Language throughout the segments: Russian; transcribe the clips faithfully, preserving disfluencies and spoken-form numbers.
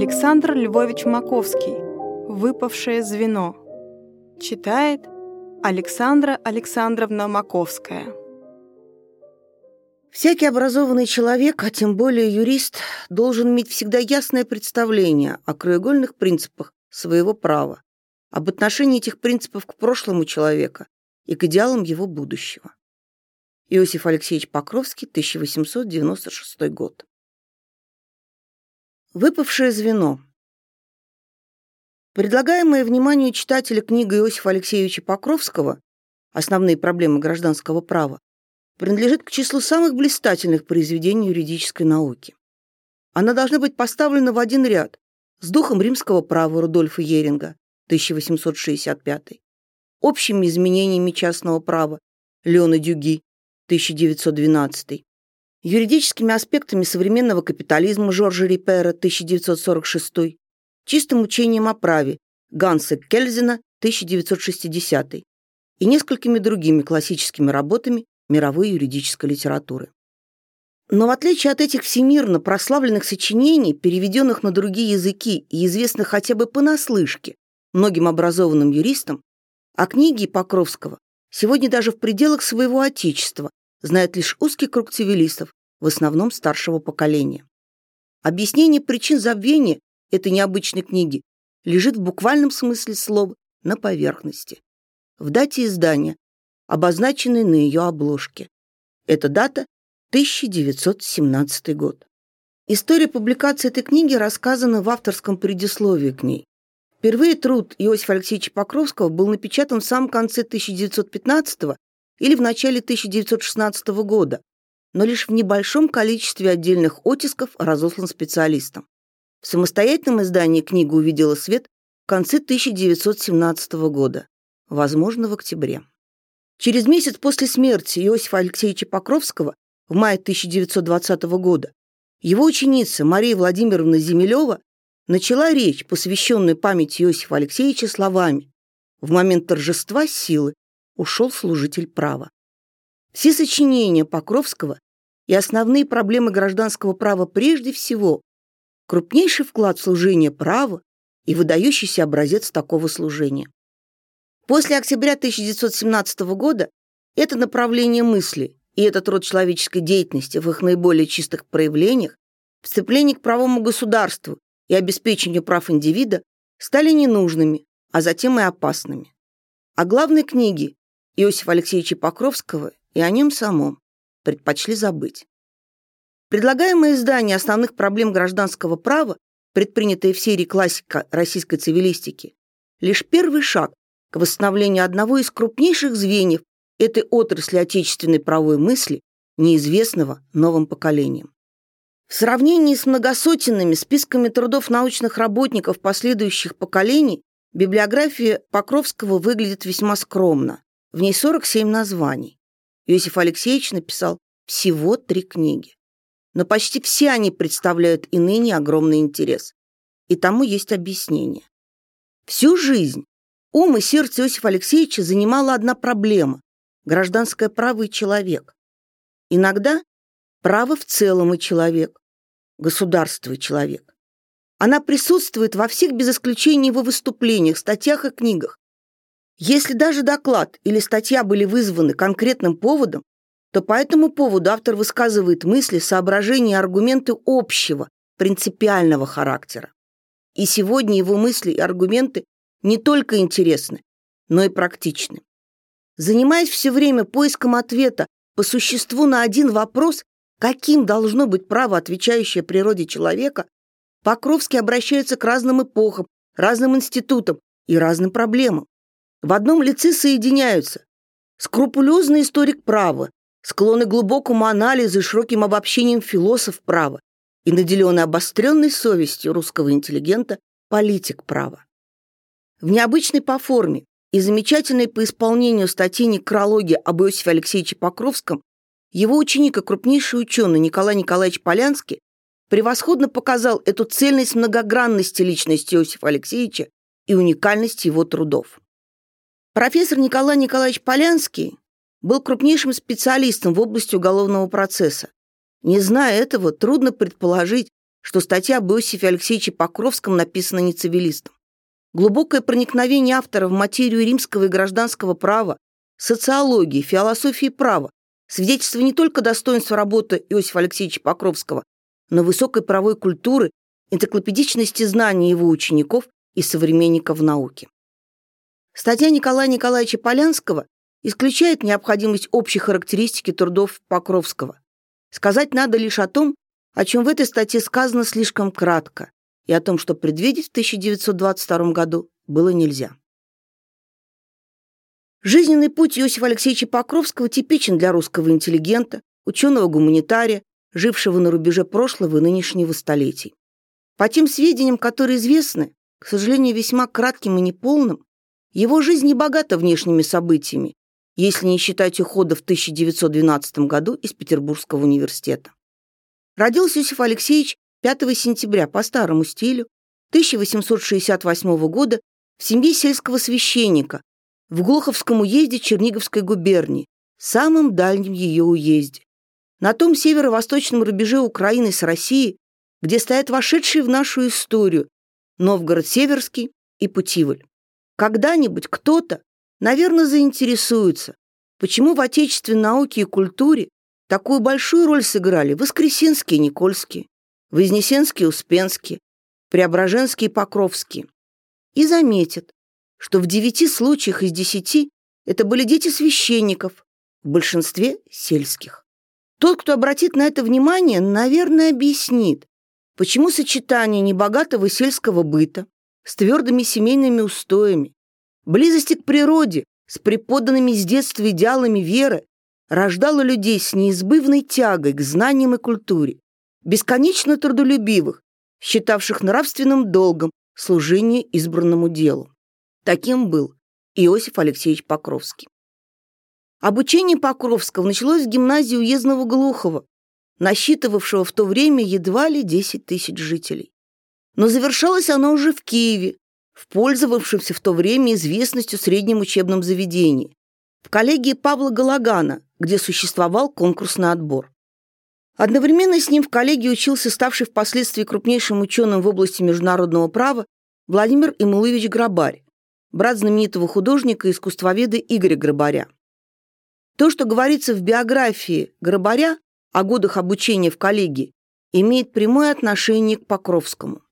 Александр Львович Маковский. «Выпавшее звено». Читает Александра Александровна Маковская. Всякий образованный человек, а тем более юрист, должен иметь всегда ясное представление о краеугольных принципах своего права, об отношении этих принципов к прошлому человека и к идеалам его будущего. Иосиф Алексеевич Покровский, тысяча восемьсот девяносто шестой год. Выпавшее звено. Предлагаемая вниманию читателя книга Иосифа Алексеевича Покровского «Основные проблемы гражданского права» принадлежит к числу самых блистательных произведений юридической науки. Она должна быть поставлена в один ряд с духом римского права Рудольфа Йеринга, тысяча восемьсот шестьдесят пятый, общими изменениями частного права Леона Дюги, тысяча девятьсот двенадцатый, юридическими аспектами современного капитализма Жоржа Рипера, тысяча девятьсот сорок шестой, чистым учением о праве Ганса Кельзена, тысяча девятьсот шестидесятый, и несколькими другими классическими работами мировой юридической литературы. Но в отличие от этих всемирно прославленных сочинений, переведенных на другие языки и известных хотя бы понаслышке многим образованным юристам, о книге Покровского сегодня даже в пределах своего отечества знает лишь узкий круг цивилистов, в основном старшего поколения. Объяснение причин забвения этой необычной книги лежит в буквальном смысле слова на поверхности, в дате издания, обозначенной на ее обложке. Эта дата – тысяча девятьсот семнадцатый год. История публикации этой книги рассказана в авторском предисловии к ней. Впервые труд Иосифа Алексеевича Покровского был напечатан в самом конце тысяча девятьсот пятнадцатого или в начале тысяча девятьсот шестнадцатого года, но лишь в небольшом количестве отдельных оттисков разослан специалистам. В самостоятельном издании книга увидела свет в конце тысяча девятьсот семнадцатого года, возможно, в октябре. Через месяц после смерти Иосифа Алексеевича Покровского, в мае тысяча девятьсот двадцатого года, его ученица Мария Владимировна Земелева начала речь, посвященную памяти Иосифа Алексеевича, словами: «В момент торжества силы ушел служитель права». Все сочинения Покровского и основные проблемы гражданского права прежде всего крупнейший вклад в служение праву и выдающийся образец такого служения. После октября тысяча девятьсот семнадцатого года это направление мысли и этот род человеческой деятельности в их наиболее чистых проявлениях, вступление к правовому государству и обеспечению прав индивида стали ненужными, а затем и опасными. О главной книге Иосифа Алексеевича Покровского и о нем самом предпочли забыть. Предлагаемое издание основных проблем гражданского права, предпринятое в серии «Классика российской цивилистики», лишь первый шаг к восстановлению одного из крупнейших звеньев этой отрасли отечественной правовой мысли, неизвестного новым поколениям. В сравнении с многосотенными списками трудов научных работников последующих поколений библиография Покровского выглядит весьма скромно. В ней сорок семь названий. Иосиф Алексеевич написал всего три книги. Но почти все они представляют и ныне огромный интерес. И тому есть объяснение. Всю жизнь ум и сердце Иосифа Алексеевича занимала одна проблема – гражданское право и человек. Иногда право в целом и человек, государство и человек. Она присутствует во всех без исключения его выступлениях, статьях и книгах. Если даже доклад или статья были вызваны конкретным поводом, то по этому поводу автор высказывает мысли, соображения и аргументы общего, принципиального характера. И сегодня его мысли и аргументы не только интересны, но и практичны. Занимаясь все время поиском ответа по существу на один вопрос, каким должно быть право, отвечающее природе человека, Покровский обращается к разным эпохам, разным институтам и разным проблемам. В одном лице соединяются скрупулезный историк права, склонный к глубокому анализу и широким обобщением философ права и наделенный обостренной совестью русского интеллигента политик права. В необычной по форме и замечательной по исполнению статьи «Некрология» об Иосифе Алексеевиче Покровском его ученик и крупнейший ученый Николай Николаевич Полянский превосходно показал эту цельность многогранности личности Иосифа Алексеевича и уникальность его трудов. Профессор Николай Николаевич Полянский был крупнейшим специалистом в области уголовного процесса. Не зная этого, трудно предположить, что статья об Иосифе Алексеевиче Покровском написана не цивилистом. Глубокое проникновение автора в материю римского и гражданского права, социологии, философии права свидетельство не только достоинства работы Иосифа Алексеевича Покровского, но высокой правовой культуры, энциклопедичности знаний его учеников и современников в науке. Статья Николая Николаевича Полянского исключает необходимость общей характеристики трудов Покровского. Сказать надо лишь о том, о чем в этой статье сказано слишком кратко, и о том, что предвидеть в тысяча девятьсот двадцать втором году было нельзя. Жизненный путь Иосифа Алексеевича Покровского типичен для русского интеллигента, ученого-гуманитария, жившего на рубеже прошлого и нынешнего столетий. По тем сведениям, которые известны, к сожалению, весьма кратким и неполным, его жизнь не богата внешними событиями, если не считать ухода в тысяча девятьсот двенадцатом году из Петербургского университета. Родился Иосиф Алексеевич пятого сентября по старому стилю тысяча восемьсот шестьдесят восьмого года в семье сельского священника в Глуховском уезде Черниговской губернии, самом дальнем ее уезде, на том северо-восточном рубеже Украины с Россией, где стоят вошедшие в нашу историю Новгород-Северский и Путивль. Когда-нибудь кто-то, наверное, заинтересуется, почему в отечественной науке и культуре такую большую роль сыграли Воскресенские и Никольские, Вознесенские и Успенские, Преображенские и Покровские, и заметит, что в девяти случаях из десяти это были дети священников, в большинстве сельских. Тот, кто обратит на это внимание, наверное, объяснит, почему сочетание небогатого сельского быта с твердыми семейными устоями, близости к природе, с преподанными с детства идеалами веры рождало людей с неизбывной тягой к знаниям и культуре, бесконечно трудолюбивых, считавших нравственным долгом служение избранному делу. Таким был Иосиф Алексеевич Покровский. Обучение Покровского началось в гимназии уездного Глухова, насчитывавшего в то время едва ли десять тысяч жителей. Но завершалось оно уже в Киеве, в пользовавшемся в то время известностью среднем учебном заведении, в коллегии Павла Галагана, где существовал конкурсный отбор. Одновременно с ним в коллегии учился ставший впоследствии крупнейшим ученым в области международного права Владимир Имулович Грабарь, брат знаменитого художника и искусствоведа Игоря Грабаря. То, что говорится в биографии Грабаря о годах обучения в коллегии, имеет прямое отношение к Покровскому.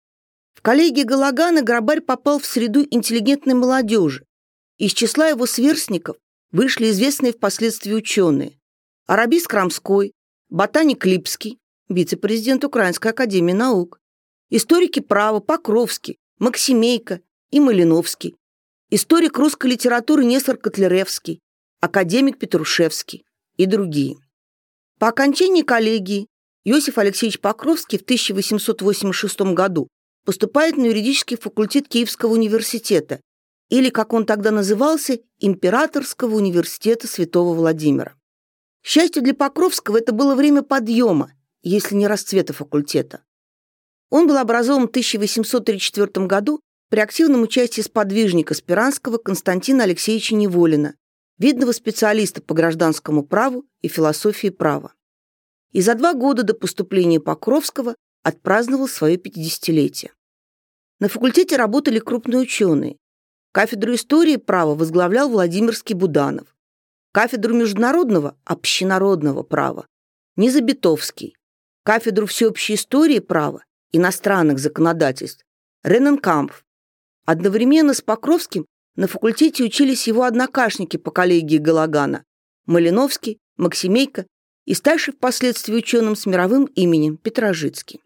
В коллегии Галагана Грабарь попал в среду интеллигентной молодежи. Из числа его сверстников вышли известные впоследствии ученые: Арабис Крамской, ботаник Липский, вице-президент Украинской академии наук, историки права Покровский, Максимейко и Малиновский, историк русской литературы Нестор Котляревский, академик Петрушевский и другие. По окончании коллегии Иосиф Алексеевич Покровский в тысяча восемьсот восемьдесят шестом году поступает на юридический факультет Киевского университета, или, как он тогда назывался, Императорского университета Святого Владимира. К счастью для Покровского, это было время подъема, если не расцвета факультета. Он был образован в тысяча восемьсот тридцать четвёртом году при активном участии сподвижника Спиранского Константина Алексеевича Неволина, видного специалиста по гражданскому праву и философии права. И за два года до поступления Покровского отпраздновал свое пятидесятилетие. На факультете работали крупные ученые. Кафедру истории права возглавлял Владимирский Буданов, кафедру международного общенародного права Низобитовский, кафедру всеобщей истории права иностранных законодательств Рененкампф. Одновременно с Покровским на факультете учились его однокашники по коллегии Галагана Малиновский, Максимейко и ставший впоследствии ученым с мировым именем Петрожицкий.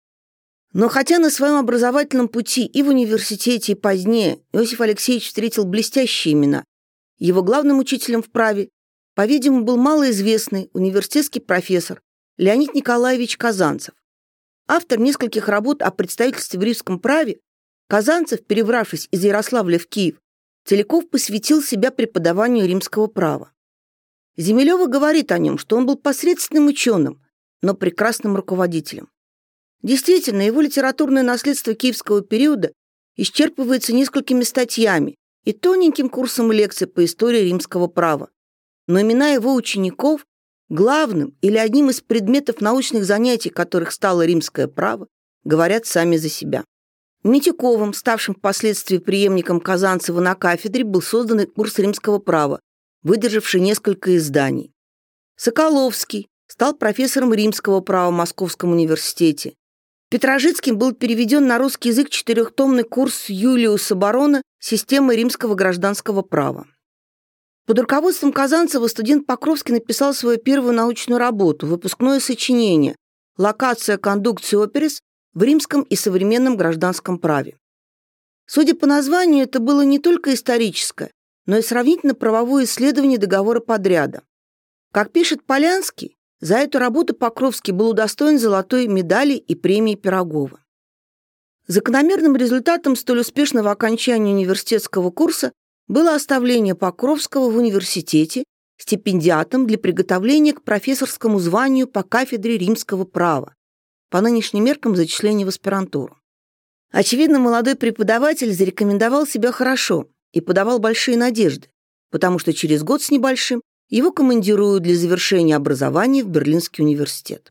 Но хотя на своем образовательном пути и в университете, и позднее Иосиф Алексеевич встретил блестящие имена, его главным учителем в праве, по-видимому, был малоизвестный университетский профессор Леонид Николаевич Казанцев. Автор нескольких работ о представительстве в римском праве, Казанцев, перебравшись из Ярославля в Киев, целиком посвятил себя преподаванию римского права. Земелева говорит о нем, что он был посредственным ученым, но прекрасным руководителем. Действительно, его литературное наследство киевского периода исчерпывается несколькими статьями и тоненьким курсом лекций по истории римского права, но имена его учеников главным или одним из предметов научных занятий, которых стало римское право, говорят сами за себя. Митюковым, ставшим впоследствии преемником Казанцева на кафедре, был создан курс римского права, выдержавший несколько изданий. Соколовский стал профессором римского права в Московском университете. Петрожицким был переведен на русский язык четырехтомный курс Юлиуса Барона «Система римского гражданского права». Под руководством Казанцева студент Покровский написал свою первую научную работу, выпускное сочинение «Локация кондукции оперис в римском и современном гражданском праве». Судя по названию, это было не только историческое, но и сравнительно-правовое исследование договора подряда. Как пишет Полянский, за эту работу Покровский был удостоен золотой медали и премии Пирогова. Закономерным результатом столь успешного окончания университетского курса было оставление Покровского в университете стипендиатом для приготовления к профессорскому званию по кафедре римского права, по нынешним меркам зачисления в аспирантуру. Очевидно, молодой преподаватель зарекомендовал себя хорошо и подавал большие надежды, потому что через год с небольшим его командируют для завершения образования в Берлинский университет.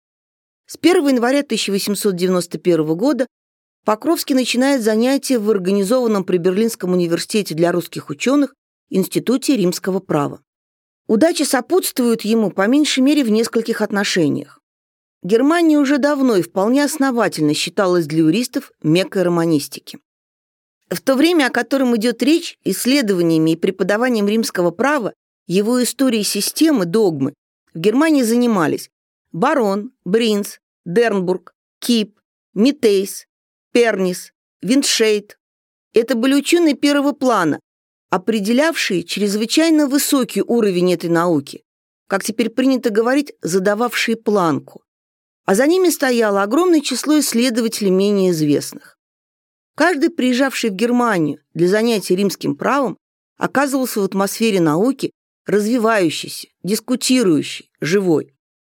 С первого января тысяча восемьсот девяносто первого года Покровский начинает занятия в организованном при Берлинском университете для русских ученых Институте римского права. Удача сопутствует ему по меньшей мере в нескольких отношениях. Германия уже давно и вполне основательно считалась для юристов меккой романистики. В то время, о котором идет речь, исследованиями и преподаванием римского права, его истории системы, догмы, в Германии занимались Барон, Бринц, Дернбург, Кип, Митейс, Пернис, Виндшейд. Это были ученые первого плана, определявшие чрезвычайно высокий уровень этой науки, как теперь принято говорить, задававшие планку. А за ними стояло огромное число исследователей менее известных. Каждый, приезжавший в Германию для занятий римским правом, оказывался в атмосфере науки, развивающейся, дискутирующей, живой.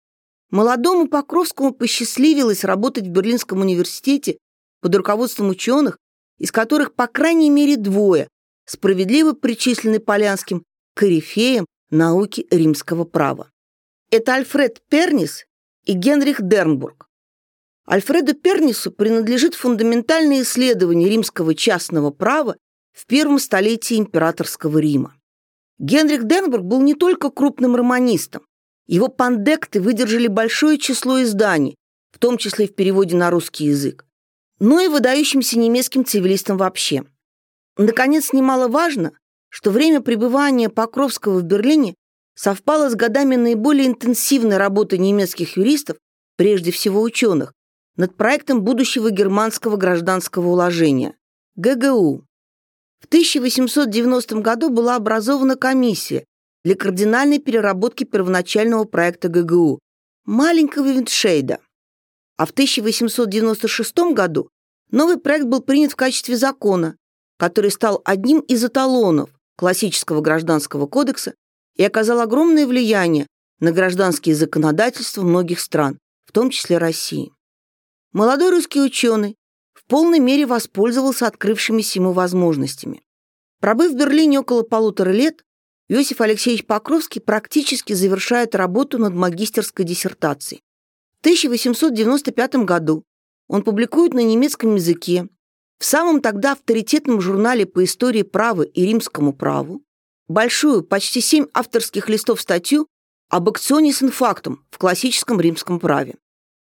Молодому Покровскому посчастливилось работать в Берлинском университете под руководством ученых, из которых по крайней мере двое справедливо причислены Полянским к корифеям науки римского права. Это Альфред Пернис и Генрих Дернбург. Альфреду Пернису принадлежит фундаментальное исследование римского частного права в первом столетии императорского Рима. Генрих Дернбург был не только крупным романистом, его пандекты выдержали большое число изданий, в том числе в переводе на русский язык, но и выдающимся немецким цивилистом вообще. Наконец, немаловажно, что время пребывания Покровского в Берлине совпало с годами наиболее интенсивной работы немецких юристов, прежде всего ученых, над проектом будущего германского гражданского уложения – ГГУ. В тысяча восемьсот девяностом году была образована комиссия для кардинальной переработки первоначального проекта ГГУ – маленького Виндшейда. А в тысяча восемьсот девяносто шестом году новый проект был принят в качестве закона, который стал одним из эталонов классического гражданского кодекса и оказал огромное влияние на гражданские законодательства многих стран, в том числе России. Молодой русский ученый в полной мере воспользовался открывшимися ему возможностями. Пробыв в Берлине около полутора лет, Иосиф Алексеевич Покровский практически завершает работу над магистерской диссертацией. В тысяча восемьсот девяносто пятом году он публикует на немецком языке в самом тогда авторитетном журнале по истории права и римскому праву большую, почти семь авторских листов статью об actionis in factum в классическом римском праве.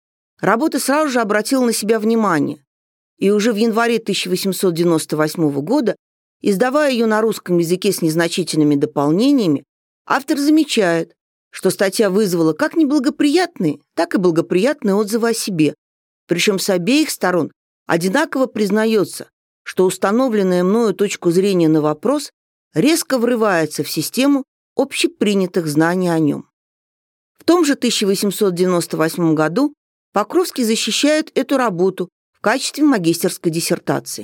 Работа сразу же обратила на себя внимание, и уже в январе тысяча восемьсот девяносто восьмого года, издавая ее на русском языке с незначительными дополнениями, автор замечает, что статья вызвала как неблагоприятные, так и благоприятные отзывы о себе, причем с обеих сторон одинаково признается, что установленная мною точку зрения на вопрос резко врывается в систему общепринятых знаний о нем. В том же тысяча восемьсот девяносто восьмом году Покровский защищает эту работу в качестве магистерской диссертации.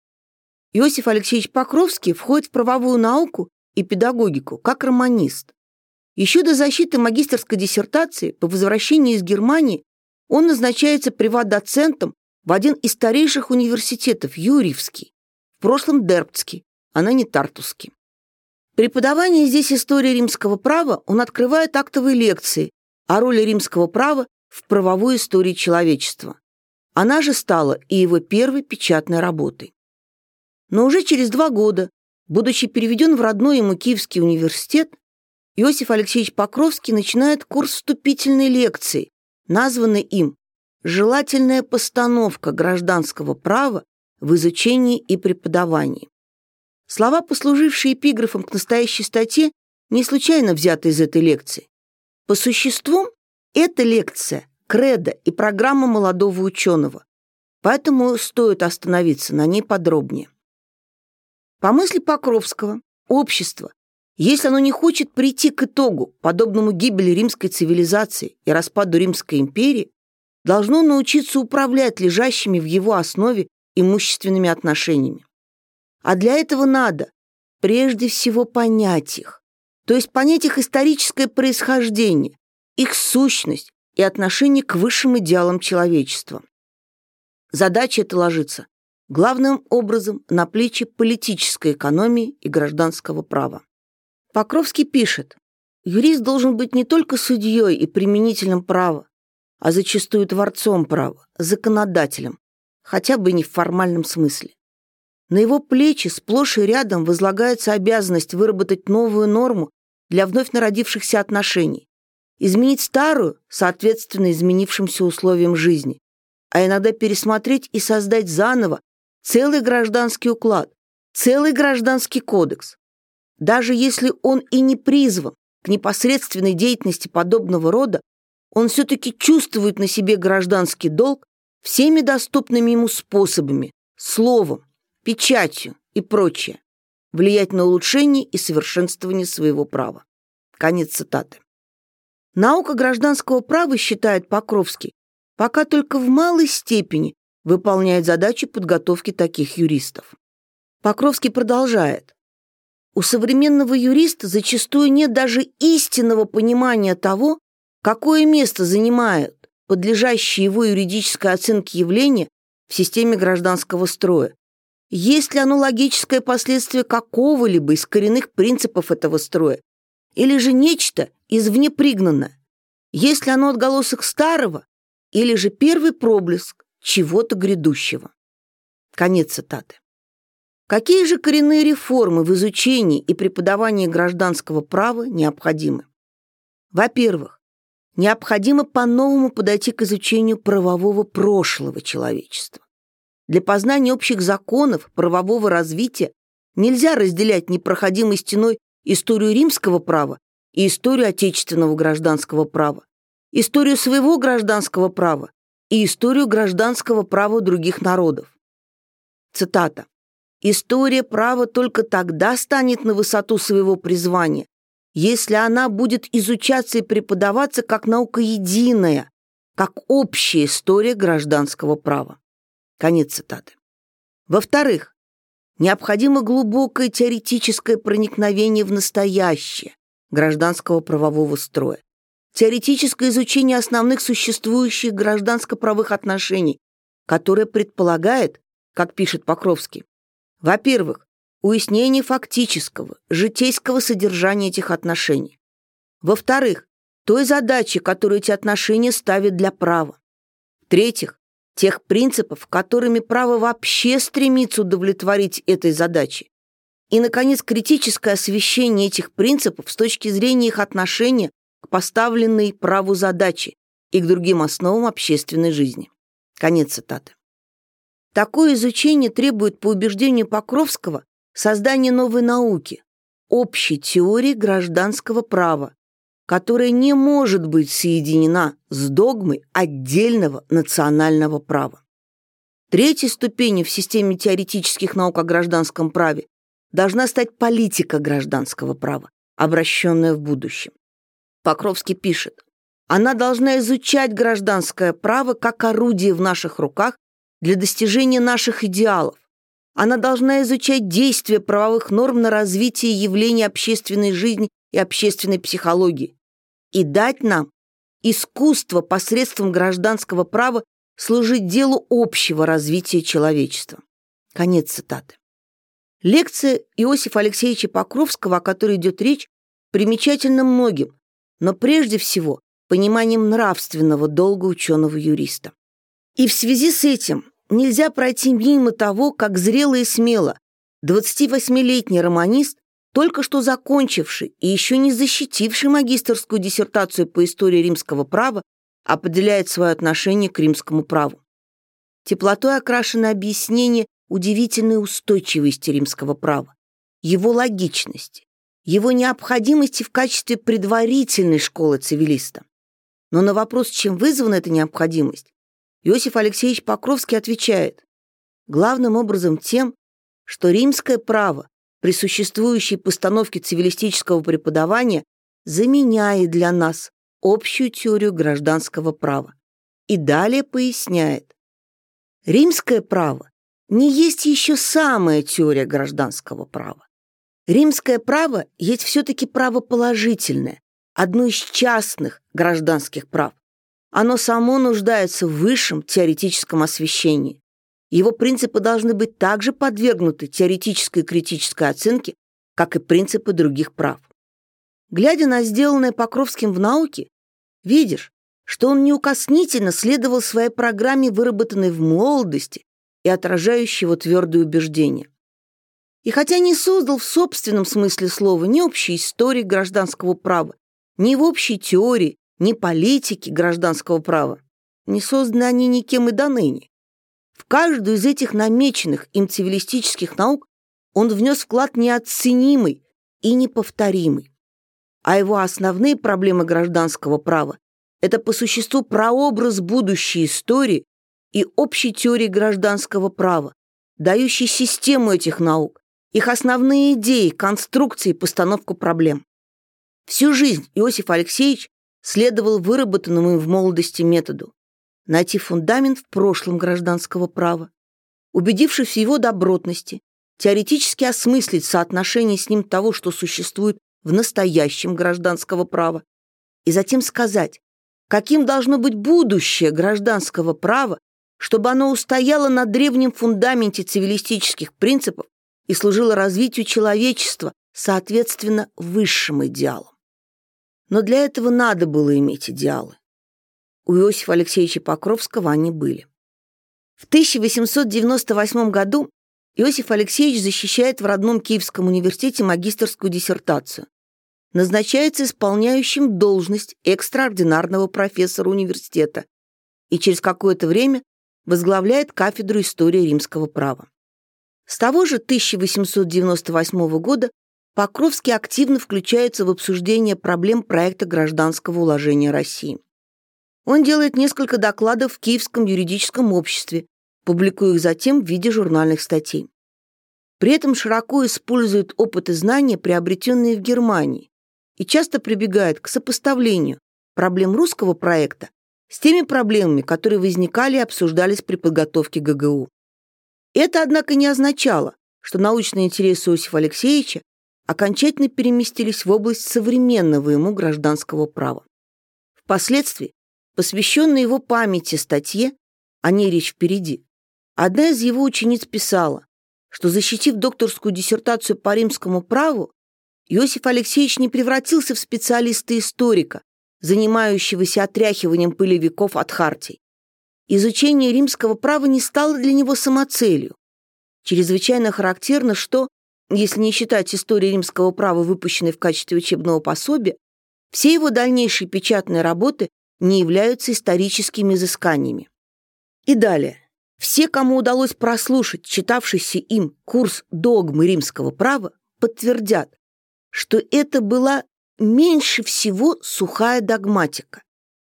Иосиф Алексеевич Покровский входит в правовую науку и педагогику как романист. Еще до защиты магистерской диссертации по возвращении из Германии он назначается приват-доцентом в один из старейших университетов, Юрьевский, в прошлом Дербцкий, а ныне Тартусский. Преподавание здесь истории римского права он открывает актовой лекцией о роли римского права в правовой истории человечества. Она же стала и его первой печатной работой. Но уже через два года, будучи переведен в родной ему Киевский университет, Иосиф Алексеевич Покровский начинает курс вступительной лекции, названный им «Желательная постановка гражданского права в изучении и преподавании». Слова, послужившие эпиграфом к настоящей статье, не случайно взяты из этой лекции. По существу, эта лекция – кредо и программа молодого ученого, поэтому стоит остановиться на ней подробнее. По мысли Покровского, общество, если оно не хочет прийти к итогу, подобному гибели римской цивилизации и распаду Римской империи, должно научиться управлять лежащими в его основе имущественными отношениями. А для этого надо прежде всего понять их, то есть понять их историческое происхождение, их сущность и отношение к высшим идеалам человечества. Задача эта ложится главным образом на плечи политической экономии и гражданского права. Покровский пишет: юрист должен быть не только судьей и применителем права, а зачастую творцом права, законодателем, хотя бы не в формальном смысле. На его плечи сплошь и рядом возлагается обязанность выработать новую норму для вновь народившихся отношений, изменить старую, соответственно изменившимся условиям жизни, а иногда пересмотреть и создать заново целый гражданский уклад, целый гражданский кодекс. Даже если он и не призван к непосредственной деятельности подобного рода, он все-таки чувствует на себе гражданский долг всеми доступными ему способами, словом, печатью и прочее, влиять на улучшение и совершенствование своего права. Конец цитаты. Наука гражданского права, считает Покровский, пока только в малой степени выполняет задачи подготовки таких юристов. Покровский продолжает: у современного юриста зачастую нет даже истинного понимания того, какое место занимают подлежащие его юридической оценке явления в системе гражданского строя. Есть ли оно логическое последствие какого-либо из коренных принципов этого строя, или же нечто извне пригнанное? Есть ли оно отголосок старого, или же первый проблеск чего-то грядущего? Конец цитаты. Какие же коренные реформы в изучении и преподавании гражданского права необходимы? Во-первых, необходимо по-новому подойти к изучению правового прошлого человечества. Для познания общих законов правового развития нельзя разделять непроходимой стеной историю римского права и историю отечественного гражданского права, историю своего гражданского права и историю гражданского права других народов. Цитата. «История права только тогда станет на высоту своего призвания, если она будет изучаться и преподаваться как наука единая, как общая история гражданского права». Конец цитаты. Во-вторых, необходимо глубокое теоретическое проникновение в настоящее гражданского правового строя, теоретическое изучение основных существующих гражданско-правовых отношений, которое предполагает, как пишет Покровский, во-первых, уяснение фактического, житейского содержания этих отношений. Во-вторых, той задачи, которую эти отношения ставят для права. В-третьих, тех принципов, которыми право вообще стремится удовлетворить этой задаче. И, наконец, критическое освещение этих принципов с точки зрения их отношения к поставленной праву задаче и к другим основам общественной жизни. Конец цитаты. Такое изучение требует, по убеждению Покровского, создания новой науки, общей теории гражданского права, которая не может быть соединена с догмой отдельного национального права. Третьей ступенью в системе теоретических наук о гражданском праве должна стать политика гражданского права, обращенная в будущем. Покровский пишет: она должна изучать гражданское право как орудие в наших руках для достижения наших идеалов. Она должна изучать действия правовых норм на развитие явлений общественной жизни и общественной психологии и дать нам искусство посредством гражданского права служить делу общего развития человечества. Конец цитаты. Лекция Иосифа Алексеевича Покровского, о которой идет речь, примечательна многим, но прежде всего пониманием нравственного долга ученого-юриста. И в связи с этим нельзя пройти мимо того, как зрело и смело двадцативосьмилетний романист, только что закончивший и еще не защитивший магистерскую диссертацию по истории римского права, определяет свое отношение к римскому праву. Теплотой окрашено объяснение удивительной устойчивости римского права, его логичности, его необходимости в качестве предварительной школы цивилиста. Но на вопрос, чем вызвана эта необходимость, Иосиф Алексеевич Покровский отвечает: главным образом тем, что римское право при существующей постановке цивилистического преподавания заменяет для нас общую теорию гражданского права. И далее поясняет: римское право не есть еще самая теория гражданского права. Римское право есть все-таки право положительное, одно из частных гражданских прав. Оно само нуждается в высшем теоретическом освещении. Его принципы должны быть также подвергнуты теоретической и критической оценке, как и принципы других прав. Глядя на сделанное Покровским в науке, видишь, что он неукоснительно следовал своей программе, выработанной в молодости и отражающей его твердые убеждения. И хотя не создал в собственном смысле слова ни общей истории гражданского права, ни в общей теории, ни политики гражданского права, не созданы они никем и доныне, в каждую из этих намеченных им цивилистических наук он внес вклад неоценимый и неповторимый. А его основные проблемы гражданского права – это по существу прообраз будущей истории и общей теории гражданского права, дающей систему этих наук, их основные идеи, конструкции и постановку проблем. Всю жизнь Иосиф Алексеевич следовал выработанному им в молодости методу найти фундамент в прошлом гражданского права, убедившись в его добротности, теоретически осмыслить соотношение с ним того, что существует в настоящем гражданского права, и затем сказать, каким должно быть будущее гражданского права, чтобы оно устояло на древнем фундаменте цивилистических принципов и служило развитию человечества, соответственно, высшим идеалам. Но для этого надо было иметь идеалы. У Иосифа Алексеевича Покровского они были. В тысяча восемьсот девяносто восьмом году Иосиф Алексеевич защищает в родном Киевском университете магистерскую диссертацию. Назначается исполняющим должность экстраординарного профессора университета и через какое-то время возглавляет кафедру истории римского права. С того же тысяча восемьсот девяносто восьмого года Покровский активно включается в обсуждение проблем проекта гражданского уложения России. Он делает несколько докладов в Киевском юридическом обществе, публикуя их затем в виде журнальных статей. При этом широко использует опыт и знания, приобретенные в Германии, и часто прибегает к сопоставлению проблем русского проекта с теми проблемами, которые возникали и обсуждались при подготовке гэ гэ у. Это, однако, не означало, что научные интересы Иосифа Алексеевича окончательно переместились в область современного ему гражданского права. Впоследствии, посвященной его памяти статье, о ней речь впереди, одна из его учениц писала, что, защитив докторскую диссертацию по римскому праву, Иосиф Алексеевич не превратился в специалиста-историка, занимающегося отряхиванием пыли веков от хартий. Изучение римского права не стало для него самоцелью. Чрезвычайно характерно, что, если не считать истории римского права, выпущенной в качестве учебного пособия, все его дальнейшие печатные работы не являются историческими изысканиями. И далее. Все, кому удалось прослушать читавшийся им курс догмы римского права, подтвердят, что это была меньше всего сухая догматика.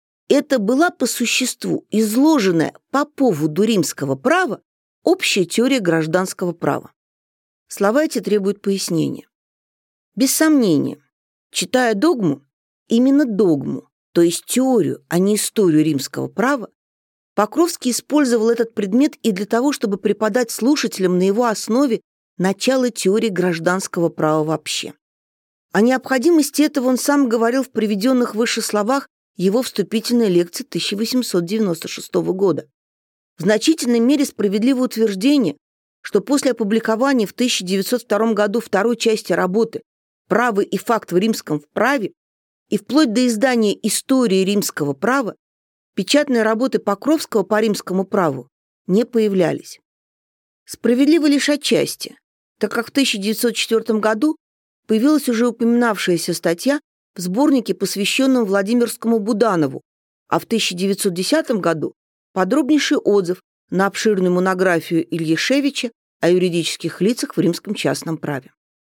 Это была по существу изложенная по поводу римского права общая теория гражданского права. Слова эти требуют пояснения. Без сомнения, читая догму, именно догму, то есть теорию, а не историю римского права, Покровский использовал этот предмет и для того, чтобы преподать слушателям на его основе начало теории гражданского права вообще. О необходимости этого он сам говорил в приведенных выше словах его вступительной лекции тысяча восемьсот девяносто шестого года. В значительной мере справедливо утверждение, что после опубликования в тысяча девятьсот втором году второй части работы «Право и факт в римском праве» и вплоть до издания «Истории римского права» печатные работы Покровского по римскому праву не появлялись. Справедливо лишь отчасти, так как в тысяча девятьсот четвёртом году появилась уже упоминавшаяся статья в сборнике, посвященном Владимирскому Буданову, а в тысяча девятьсот десятом году подробнейший отзыв на обширную монографию Ильяшевича о юридических лицах в римском частном праве.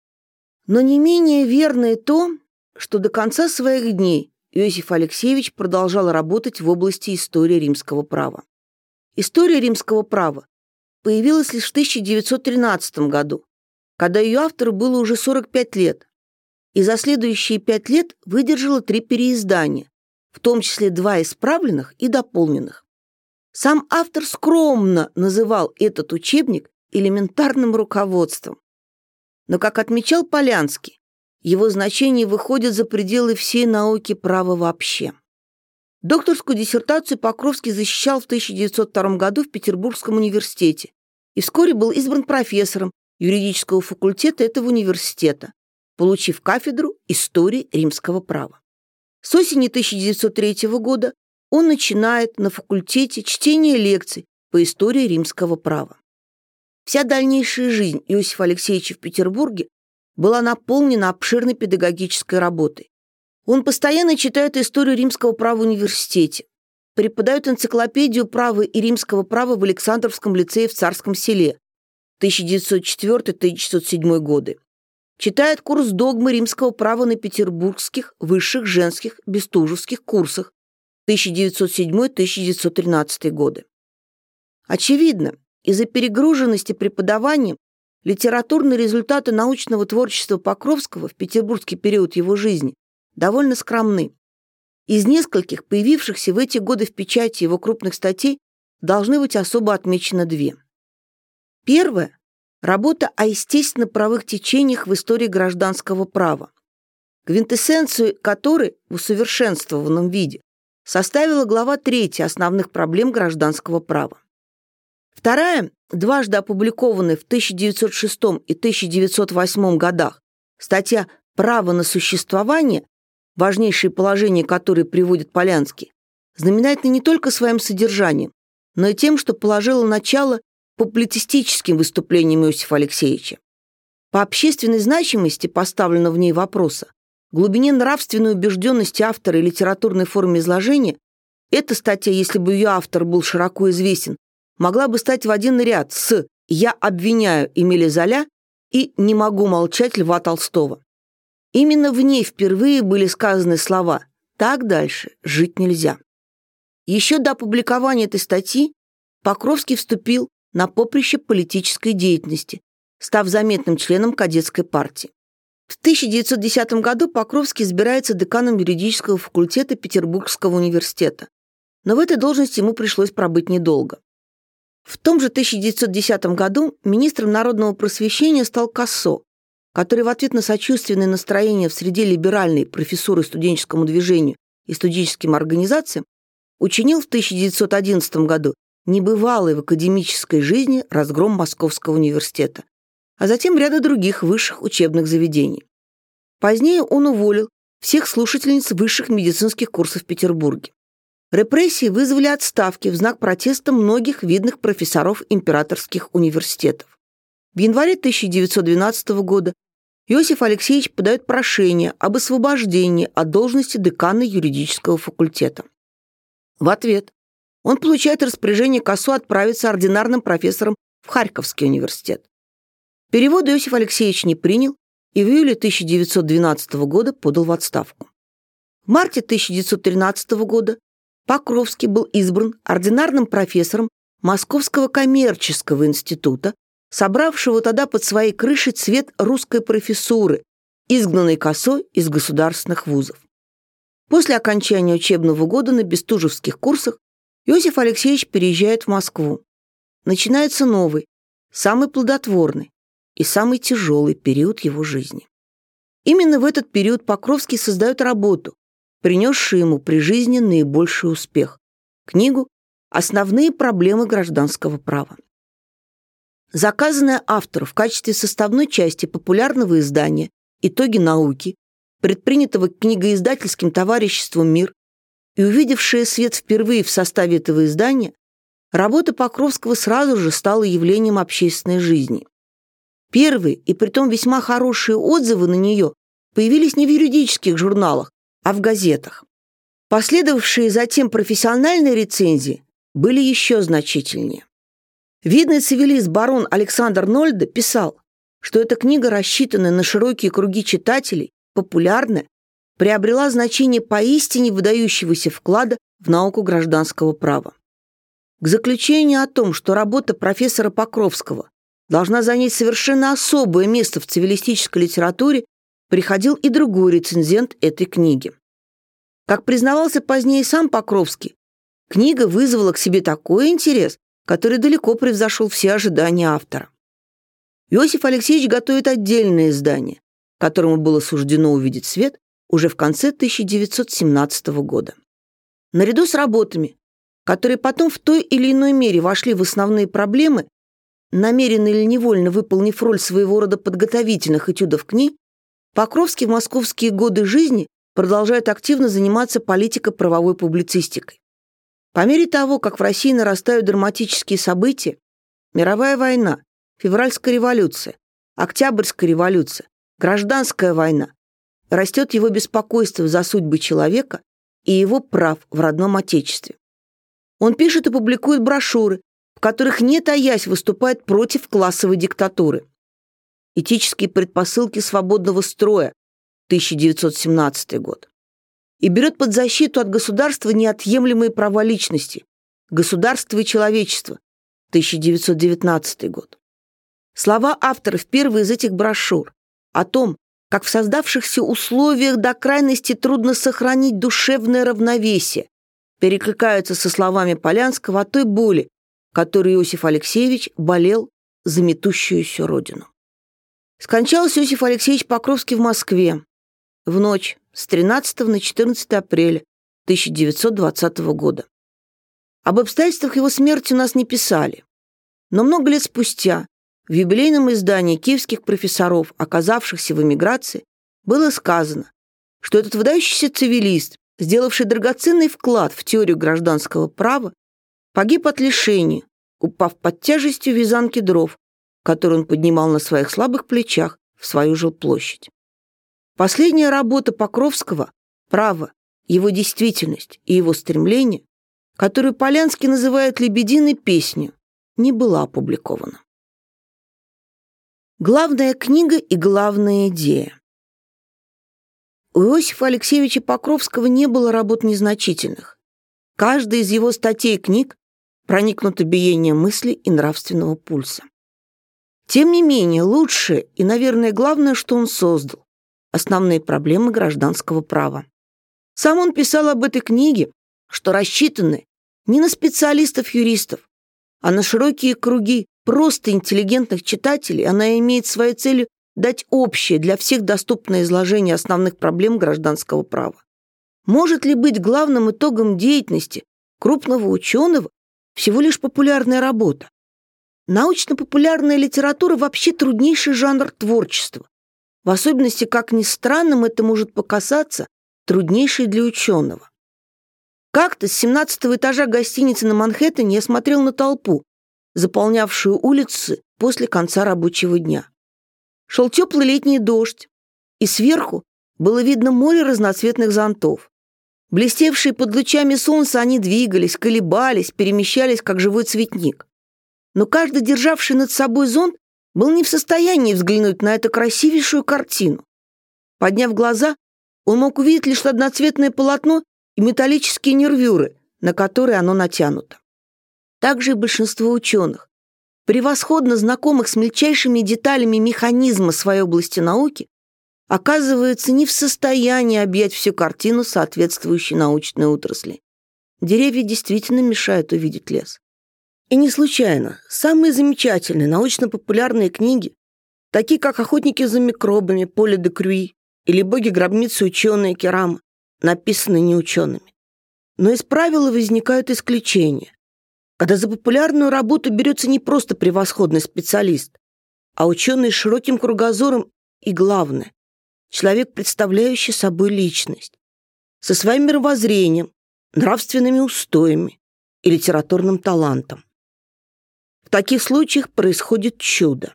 Но не менее верно и то, что до конца своих дней Иосиф Алексеевич продолжал работать в области истории римского права. История римского права появилась лишь в тысяча девятьсот тринадцатом году, когда ее автору было уже сорок пять лет, и за следующие пять лет выдержала три переиздания, в том числе два исправленных и дополненных. Сам автор скромно называл этот учебник элементарным руководством. Но, как отмечал Полянский, его значение выходит за пределы всей науки права вообще. Докторскую диссертацию Покровский защищал в тысяча девятьсот втором году в Петербургском университете и вскоре был избран профессором юридического факультета этого университета, получив кафедру истории римского права. С осени тысяча девятьсот третьего года он начинает на факультете чтение лекций по истории римского права. Вся дальнейшая жизнь Иосифа Алексеевича в Петербурге была наполнена обширной педагогической работой. Он постоянно читает историю римского права в университете, преподает энциклопедию права и римского права в Александровском лицее в Царском Селе тысяча девятьсот четвёртый — тысяча девятьсот седьмой годы, читает курс догмы римского права на петербургских высших женских бестужевских курсах тысяча девятьсот седьмой — тысяча девятьсот тринадцатый годы. Очевидно, из-за перегруженности преподаванием литературные результаты научного творчества Покровского в петербургский период его жизни довольно скромны. Из нескольких появившихся в эти годы в печати его крупных статей должны быть особо отмечены две. Первая – работа о естественно-правовых течениях в истории гражданского права, квинтэссенцию которой в усовершенствованном виде составила глава третья основных проблем гражданского права. Вторая, дважды опубликованная в тысяча девятьсот шестом и тысяча девятьсот восьмом годах, статья «Право на существование», важнейшие положения которой приводит Полянский, знаменательна не только своим содержанием, но и тем, что положила начало публицистическим выступлениям Иосифа Алексеевича. По общественной значимости поставленного в ней вопроса, глубине нравственной убежденности автора и литературной форме изложения, эта статья, если бы ее автор был широко известен, могла бы стать в один ряд с «Я обвиняю Эмиля Золя» и «Не могу молчать» Льва Толстого. Именно в ней впервые были сказаны слова «Так дальше жить нельзя». Еще до опубликования этой статьи Покровский вступил на поприще политической деятельности, став заметным членом кадетской партии. В тысяча девятьсот десятом году Покровский избирается деканом юридического факультета Петербургского университета, но в этой должности ему пришлось пробыть недолго. В том же тысяча девятьсот десятом году министром народного просвещения стал Кассо, который в ответ на сочувственное настроение в среде либеральной профессуры студенческому движению и студенческим организациям учинил в тысяча девятьсот одиннадцатом году небывалый в академической жизни разгром Московского университета, а затем ряда других высших учебных заведений. Позднее он уволил всех слушательниц высших медицинских курсов в Петербурге. Репрессии вызвали отставки в знак протеста многих видных профессоров императорских университетов. В январе тысяча девятьсот двенадцатого года Иосиф Алексеевич подает прошение об освобождении от должности декана юридического факультета. В ответ он получает распоряжение Кассо отправиться ординарным профессором в Харьковский университет. Перевод Иосиф Алексеевич не принял и в июле тысяча девятьсот двенадцатого года подал в отставку. В марте тысяча девятьсот тринадцатого года Покровский был избран ординарным профессором Московского коммерческого института, собравшего тогда под своей крышей цвет русской профессуры, изгнанной Кассо из государственных вузов. После окончания учебного года на бестужевских курсах Иосиф Алексеевич переезжает в Москву. Начинается новый, самый плодотворный и самый тяжелый период его жизни. Именно в этот период Покровский создает работу, принесшую ему при жизни наибольший успех – книгу «Основные проблемы гражданского права». заказанная автору в качестве составной части популярного издания «Итоги науки», предпринятого книгоиздательским товариществом «Мир» и увидевшая свет впервые в составе этого издания, работа Покровского сразу же стала явлением общественной жизни. Первые, и притом весьма хорошие отзывы на нее появились не в юридических журналах, а в газетах. Последовавшие затем профессиональные рецензии были еще значительнее. Видный цивилист барон Александр Нольде писал, что эта книга, рассчитанная на широкие круги читателей, популярная, приобрела значение поистине выдающегося вклада в науку гражданского права. К заключению о том, что работа профессора Покровского должна занять совершенно особое место в цивилистической литературе, приходил и другой рецензент этой книги. Как признавался позднее сам Покровский, книга вызвала к себе такой интерес, который далеко превзошел все ожидания автора. Иосиф Алексеевич готовит отдельное издание, которому было суждено увидеть свет уже в конце тысяча девятьсот семнадцатого года. Наряду с работами, которые потом в той или иной мере вошли в основные проблемы, намеренно или невольно выполнив роль своего рода подготовительных этюдов к ней, Покровский в московские годы жизни продолжает активно заниматься политико-правовой публицистикой. По мере того, как в России нарастают драматические события, мировая война, февральская революция, октябрьская революция, гражданская война, растет его беспокойство за судьбы человека и его прав в родном отечестве. Он пишет и публикует брошюры, в которых, не таясь, выступает против классовой диктатуры. «Этические предпосылки свободного строя», тысяча девятьсот семнадцатый год. И берет под защиту от государства неотъемлемые права личности, государство и человечество, тысяча девятьсот девятнадцатый год. Слова автора в первой из этих брошюр о том, как в создавшихся условиях до крайности трудно сохранить душевное равновесие, перекликаются со словами Полянского о той боли, которой Иосиф Алексеевич болел за метущуюся родину. Скончался Иосиф Алексеевич Покровский в Москве в ночь с тринадцатого на четырнадцатое апреля тысяча девятьсот двадцатого года. Об обстоятельствах его смерти у нас не писали, но много лет спустя в юбилейном издании киевских профессоров, оказавшихся в эмиграции, было сказано, что этот выдающийся цивилист, сделавший драгоценный вклад в теорию гражданского права, погиб от лишения, упав под тяжестью вязанки дров, которую он поднимал на своих слабых плечах в свою жилплощадь. Последняя работа Покровского «Право, его действительность и его стремление», которую Полянский называет «лебединой песнью», не была опубликована. Главная книга и главная идея. У Иосифа Алексеевича Покровского не было работ незначительных. Каждая из его статей и книг проникнута биением мысли и нравственного пульса. Тем не менее, лучшее и, наверное, главное, что он создал – основные проблемы гражданского права. Сам он писал об этой книге, что рассчитаны не на специалистов-юристов, а на широкие круги просто интеллигентных читателей. Она имеет своей целью дать общее для всех доступное изложение основных проблем гражданского права. Может ли быть главным итогом деятельности крупного ученого всего лишь популярная работа? Научно-популярная литература вообще труднейший жанр творчества. В особенности, как ни странным это может показаться, труднейший для ученого. Как-то с семнадцатого этажа гостиницы на Манхэттене я смотрел на толпу, заполнявшую улицы после конца рабочего дня. Шел теплый летний дождь, и сверху было видно море разноцветных зонтов. Блестевшие под лучами солнца, они двигались, колебались, перемещались, как живой цветник. Но каждый, державший над собой зонт, был не в состоянии взглянуть на эту красивейшую картину. Подняв глаза, он мог увидеть лишь одноцветное полотно и металлические нервюры, на которые оно натянуто. Также и большинство ученых, превосходно знакомых с мельчайшими деталями механизма своей области науки, оказывается не в состоянии объять всю картину соответствующей научной отрасли. Деревья действительно мешают увидеть лес. И не случайно самые замечательные научно-популярные книги, такие как «Охотники за микробами» Поля де Крюи или «Боги-гробницы ученые» Керама, написаны не учеными. Но из правила возникают исключения. когда за популярную работу берется не просто превосходный специалист, а ученый с широким кругозором и, главное, человек, представляющий собой личность, со своим мировоззрением, нравственными устоями и литературным талантом. В таких случаях происходит чудо.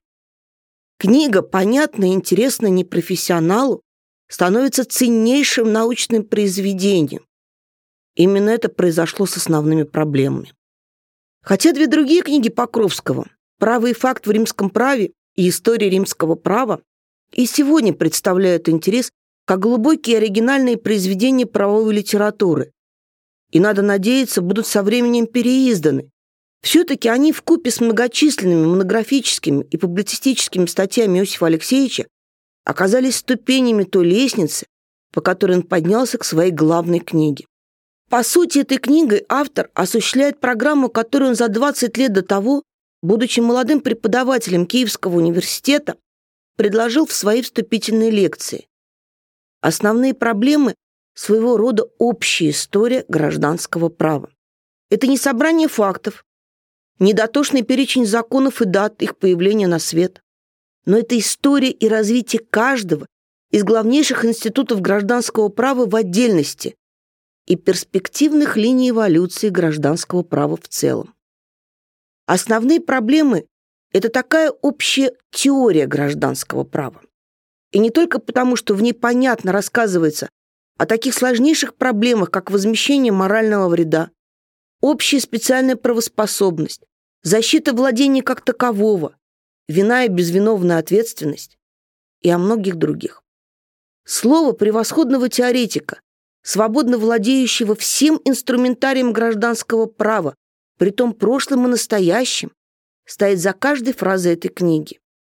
Книга, понятная и интересная непрофессионалу, становится ценнейшим научным произведением. Именно это произошло с основными проблемами. Хотя две другие книги Покровского «Право и факт в римском праве» и «История римского права» и сегодня представляют интерес как глубокие оригинальные произведения правовой литературы. И, надо надеяться, будут со временем переизданы. Все-таки они вкупе с многочисленными монографическими и публицистическими статьями Иосифа Алексеевича оказались ступенями той лестницы, по которой он поднялся к своей главной книге. По сути, этой книгой автор осуществляет программу, которую он за двадцать лет до того, будучи молодым преподавателем Киевского университета, предложил в своей вступительной лекции. Основные проблемы – своего рода общая история гражданского права. Это не собрание фактов, не дотошный перечень законов и дат их появления на свет, но это история и развитие каждого из главнейших институтов гражданского права в отдельности и перспективных линий эволюции гражданского права в целом. Основные проблемы – это такая общая теория гражданского права. И не только потому, что в ней понятно рассказывается о таких сложнейших проблемах, как возмещение морального вреда, общая специальная правоспособность, защита владения как такового, вина и безвиновная ответственность и о многих других. Слово превосходного теоретика, свободно владеющего всем инструментарием гражданского права, притом прошлым и настоящим, стоит за каждой фразой этой книги.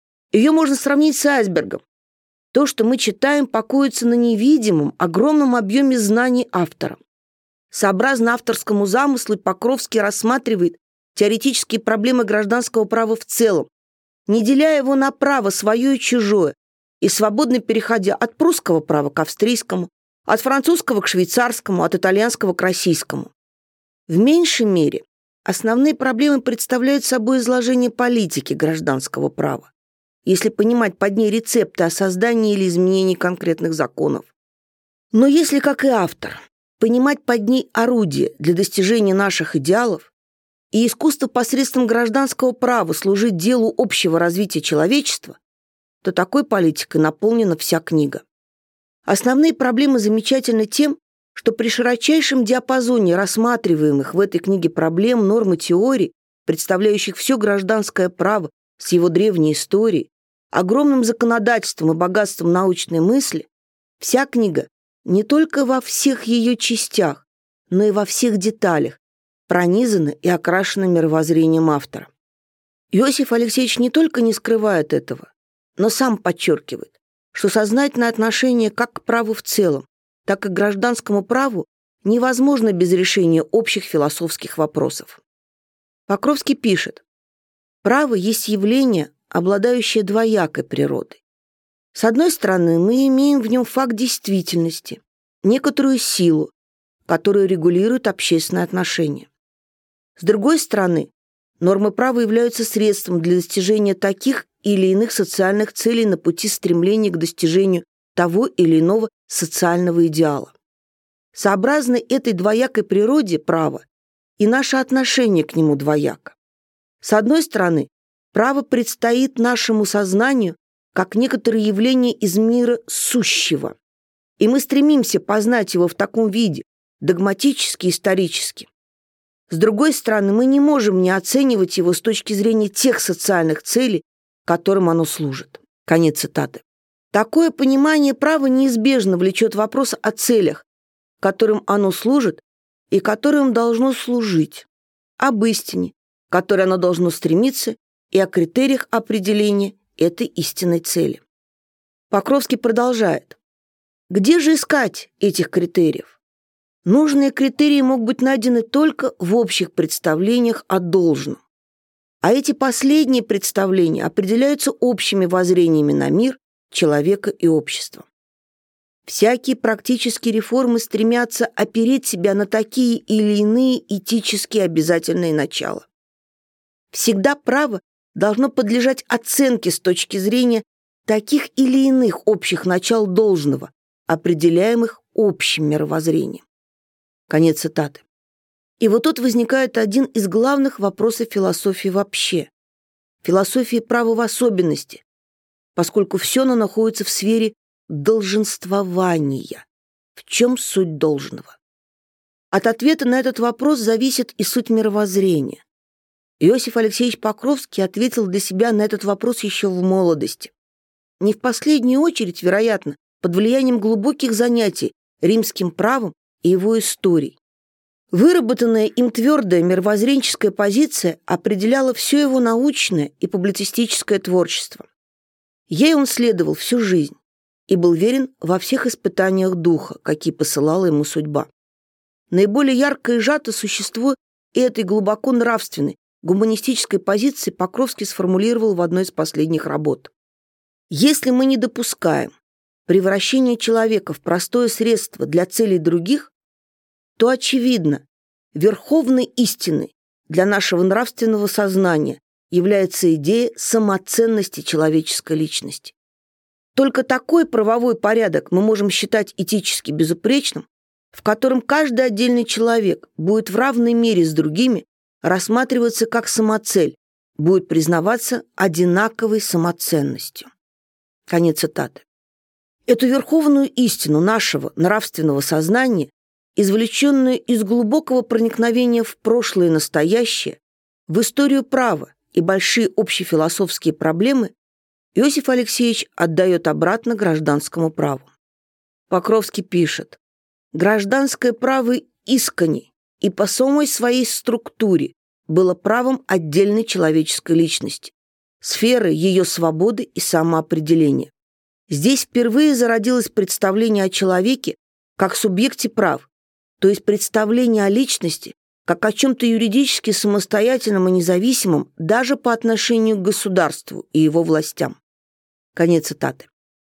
Ее можно сравнить с айсбергом. То, что мы читаем, покоится на невидимом, огромном объеме знаний автора. Сообразно авторскому замыслу Покровский рассматривает теоретические проблемы гражданского права в целом, не деля его на право свое и чужое, и свободно переходя от прусского права к австрийскому, от французского к швейцарскому, от итальянского к российскому. В меньшей мере основные проблемы представляют собой изложение политики гражданского права, если понимать под ней рецепты о создании или изменении конкретных законов. Но если, как и автор, понимать под ней орудие для достижения наших идеалов и искусство посредством гражданского права служить делу общего развития человечества, то такой политикой наполнена вся книга. Основные проблемы замечательны тем, что при широчайшем диапазоне рассматриваемых в этой книге проблем, норм и теорий, представляющих все гражданское право с его древней историей, огромным законодательством и богатством научной мысли, вся книга не только во всех ее частях, но и во всех деталях пронизана и окрашена мировоззрением автора. Иосиф Алексеевич не только не скрывает этого, но сам подчеркивает, что сознательное отношение как к праву в целом, так и к гражданскому праву невозможно без решения общих философских вопросов. Покровский пишет: «Право есть явление, обладающее двоякой природой. С одной стороны, мы имеем в нем факт действительности, некоторую силу, которая регулирует общественные отношения. С другой стороны, нормы права являются средством для достижения таких или иных социальных целей на пути стремления к достижению того или иного социального идеала. Сообразно этой двоякой природе права и наше отношение к нему двояко. С одной стороны, право предстоит нашему сознанию как некоторое явление из мира сущего, и мы стремимся познать его в таком виде, догматически и исторически. С другой стороны, мы не можем не оценивать его с точки зрения тех социальных целей, которым оно служит». Конец цитаты. Такое понимание права неизбежно влечет вопрос о целях, которым оно служит и которым должно служить, об истине, к которой оно должно стремиться, и о критериях определения этой истинной цели. Покровский продолжает: «Где же искать этих критериев? Нужные критерии могут быть найдены только в общих представлениях о должном. А эти последние представления определяются общими воззрениями на мир, человека и общество. Всякие практические реформы стремятся опереть себя на такие или иные этически обязательные начала. Всегда право должно подлежать оценке с точки зрения таких или иных общих начал должного, определяемых общим мировоззрением. Конец цитаты. И вот тут возникает один из главных вопросов философии вообще. Философии права в особенности, поскольку все оно находится в сфере долженствования. В чем суть должного? От ответа на этот вопрос зависит и суть мировоззрения. Иосиф Алексеевич Покровский ответил для себя на этот вопрос еще в молодости. Не в последнюю очередь, вероятно, под влиянием глубоких занятий римским правом и его историей. Выработанная им твердая мировоззренческая позиция определяла все его научное и публицистическое творчество. Ей он следовал всю жизнь и был верен во всех испытаниях духа, какие посылала ему судьба. Наиболее ярко и сжато существо этой глубоко нравственной, гуманистической позиции Покровский сформулировал в одной из последних работ. Если мы не допускаем превращения человека в простое средство для целей других, то, очевидно, верховной истиной для нашего нравственного сознания является идея самоценности человеческой личности. Только такой правовой порядок мы можем считать этически безупречным, в котором каждый отдельный человек будет в равной мере с другими рассматриваться как самоцель, будет признаваться одинаковой самоценностью. Конец цитаты. Эту верховную истину нашего нравственного сознания, извлеченную из глубокого проникновения в прошлое и настоящее, в историю права и большие общефилософские проблемы, Иосиф Алексеевич отдает обратно гражданскому праву. Покровский пишет: «Гражданское право искренне и по самой своей структуре было правом отдельной человеческой личности, сферы ее свободы и самоопределения. Здесь впервые зародилось представление о человеке как субъекте прав, то есть представление о личности как о чем-то юридически самостоятельном и независимом даже по отношению к государству и его властям». Конец цитаты.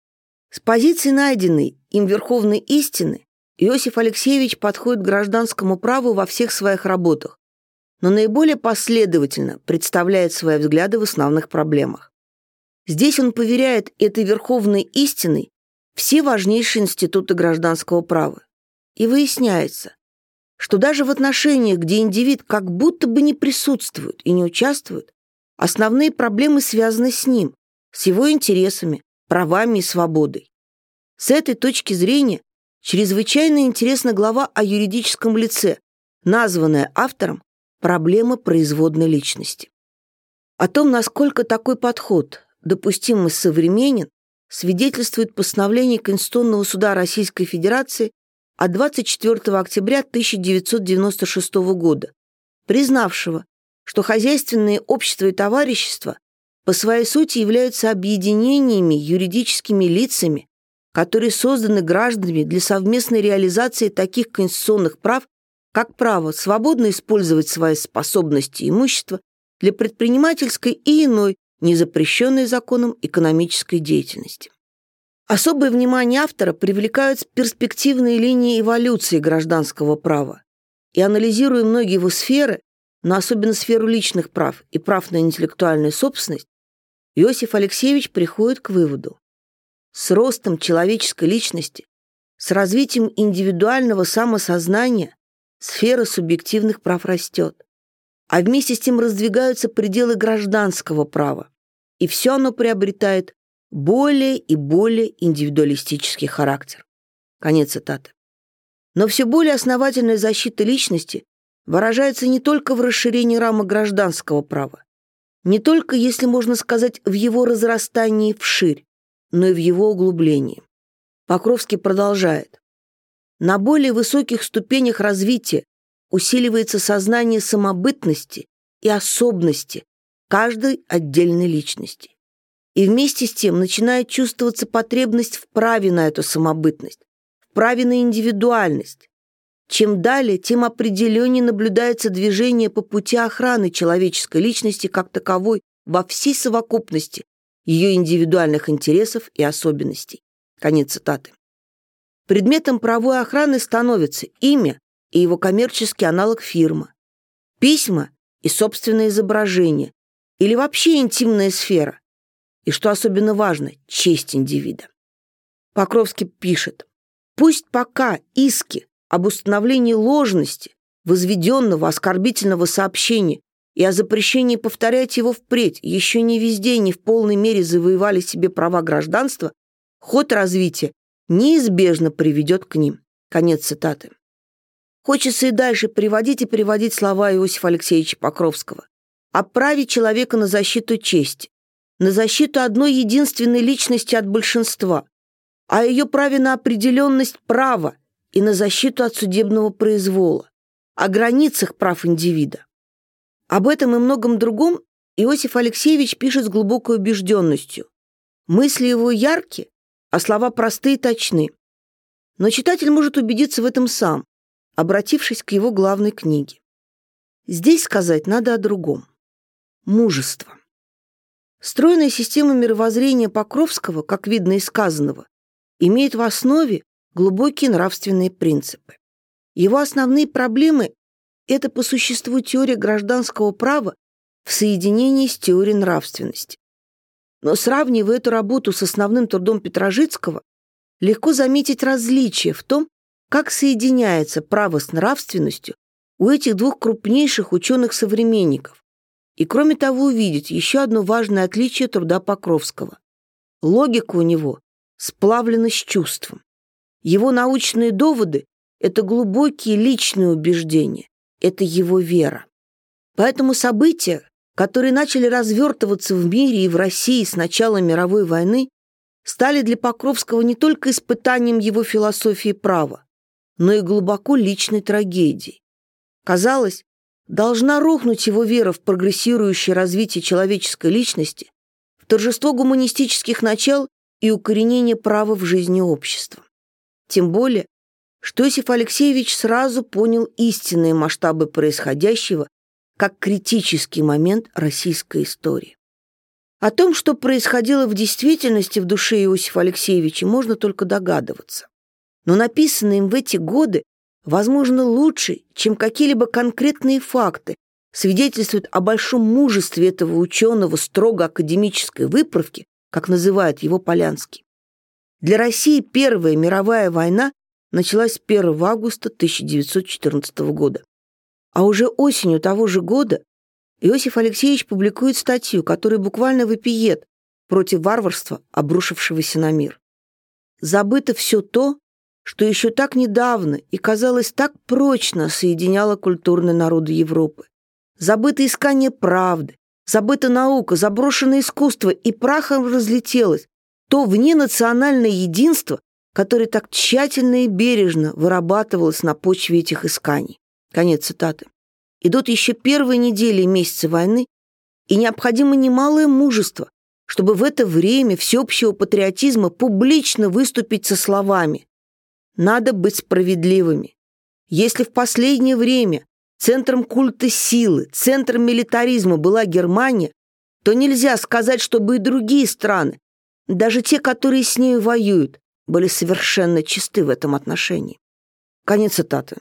С позиции найденной им верховной истины Иосиф Алексеевич подходит к гражданскому праву во всех своих работах, но наиболее последовательно представляет свои взгляды в основных проблемах. Здесь он поверяет этой верховной истиной все важнейшие институты гражданского права. И выясняется, что даже в отношениях, где индивид как будто бы не присутствует и не участвует, основные проблемы связаны с ним, с его интересами, правами и свободой. С этой точки зрения чрезвычайно интересна глава о юридическом лице, названная автором «Проблема производной личности». О том, насколько такой подход допустим и современен, свидетельствует постановление Конституционного суда Российской Федерации от двадцать четвёртого октября тысяча девятьсот девяносто шестого года, признавшего, что хозяйственные общества и товарищества по своей сути являются объединениями юридическими лицами, которые созданы гражданами для совместной реализации таких конституционных прав, как право свободно использовать свои способности и имущество для предпринимательской и иной, незапрещенной законом экономической деятельности. Особое внимание автора привлекают перспективные линии эволюции гражданского права, и, анализируя многие его сферы, но особенно сферу личных прав и прав на интеллектуальную собственность, Иосиф Алексеевич приходит к выводу: с ростом человеческой личности, с развитием индивидуального самосознания сфера субъективных прав растет, а вместе с тем раздвигаются пределы гражданского права, и все оно приобретает более и более индивидуалистический характер. Конец цитаты. Но все более основательная защита личности выражается не только в расширении рамок гражданского права, не только, если можно сказать, в его разрастании вширь, но и в его углублении. Покровский продолжает: на более высоких ступенях развития усиливается сознание самобытности и особенности каждой отдельной личности. И вместе с тем начинает чувствоваться потребность в праве на эту самобытность, в праве на индивидуальность. Чем далее, тем определеннее наблюдается движение по пути охраны человеческой личности как таковой во всей совокупности ее индивидуальных интересов и особенностей. Конец цитаты. Предметом правовой охраны становится имя и его коммерческий аналог фирма, письма и собственное изображение, или вообще интимная сфера, и, что особенно важно, честь индивида. Покровский пишет: «Пусть пока иски об установлении ложности возведенного оскорбительного сообщения и о запрещении повторять его впредь еще не везде и не в полной мере завоевали себе права гражданства, ход развития неизбежно приведет к ним». Конец цитаты. Хочется и дальше приводить и приводить слова Иосифа Алексеевича Покровского о праве человека на защиту чести, на защиту одной единственной личности от большинства, о ее праве на определенность права и на защиту от судебного произвола, о границах прав индивида. Об этом и многом другом Иосиф Алексеевич пишет с глубокой убежденностью. Мысли его яркие, а слова простые и точны. Но читатель может убедиться в этом сам, обратившись к его главной книге. Здесь сказать надо о другом. Мужество. Стройная система мировоззрения Покровского, как видно из сказанного, имеет в основе глубокие нравственные принципы. Его основные проблемы – это по существу теория гражданского права в соединении с теорией нравственности. Но сравнивая эту работу с основным трудом Петрожицкого, легко заметить различие в том, как соединяется право с нравственностью у этих двух крупнейших ученых-современников, и, кроме того, увидеть еще одно важное отличие труда Покровского. Логика у него сплавлена с чувством. Его научные доводы – это глубокие личные убеждения, это его вера. Поэтому события, которые начали развертываться в мире и в России с начала мировой войны, стали для Покровского не только испытанием его философии права, но и глубоко личной трагедией. Казалось, должна рухнуть его вера в прогрессирующее развитие человеческой личности, в торжество гуманистических начал и укоренение права в жизни общества. Тем более, что Иосиф Алексеевич сразу понял истинные масштабы происходящего как критический момент российской истории. О том, что происходило в действительности в душе Иосифа Алексеевича, можно только догадываться. Но написанное им в эти годы, возможно, лучше, чем какие-либо конкретные факты, свидетельствует о большом мужестве этого ученого строго академической выправки, как называет его Полянский. Для России Первая мировая война началась первого августа тысяча девятьсот четырнадцатого года. А уже осенью того же года Иосиф Алексеевич публикует статью, которая буквально вопиет против варварства, обрушившегося на мир. Забыто все то, что еще так недавно и, казалось, так прочно соединяло культурные народы Европы. Забыто искание правды, забыта наука, заброшено искусство, и прахом разлетелось то вненациональное единство, которое так тщательно и бережно вырабатывалось на почве этих исканий. Конец цитаты. Идут еще первые недели и месяцы войны, и необходимо немалое мужество, чтобы в это время всеобщего патриотизма публично выступить со словами: «Надо быть справедливыми. Если в последнее время центром культа силы, центром милитаризма была Германия, то нельзя сказать, чтобы и другие страны, даже те, которые с нею воюют, были совершенно чисты в этом отношении». Конец цитаты.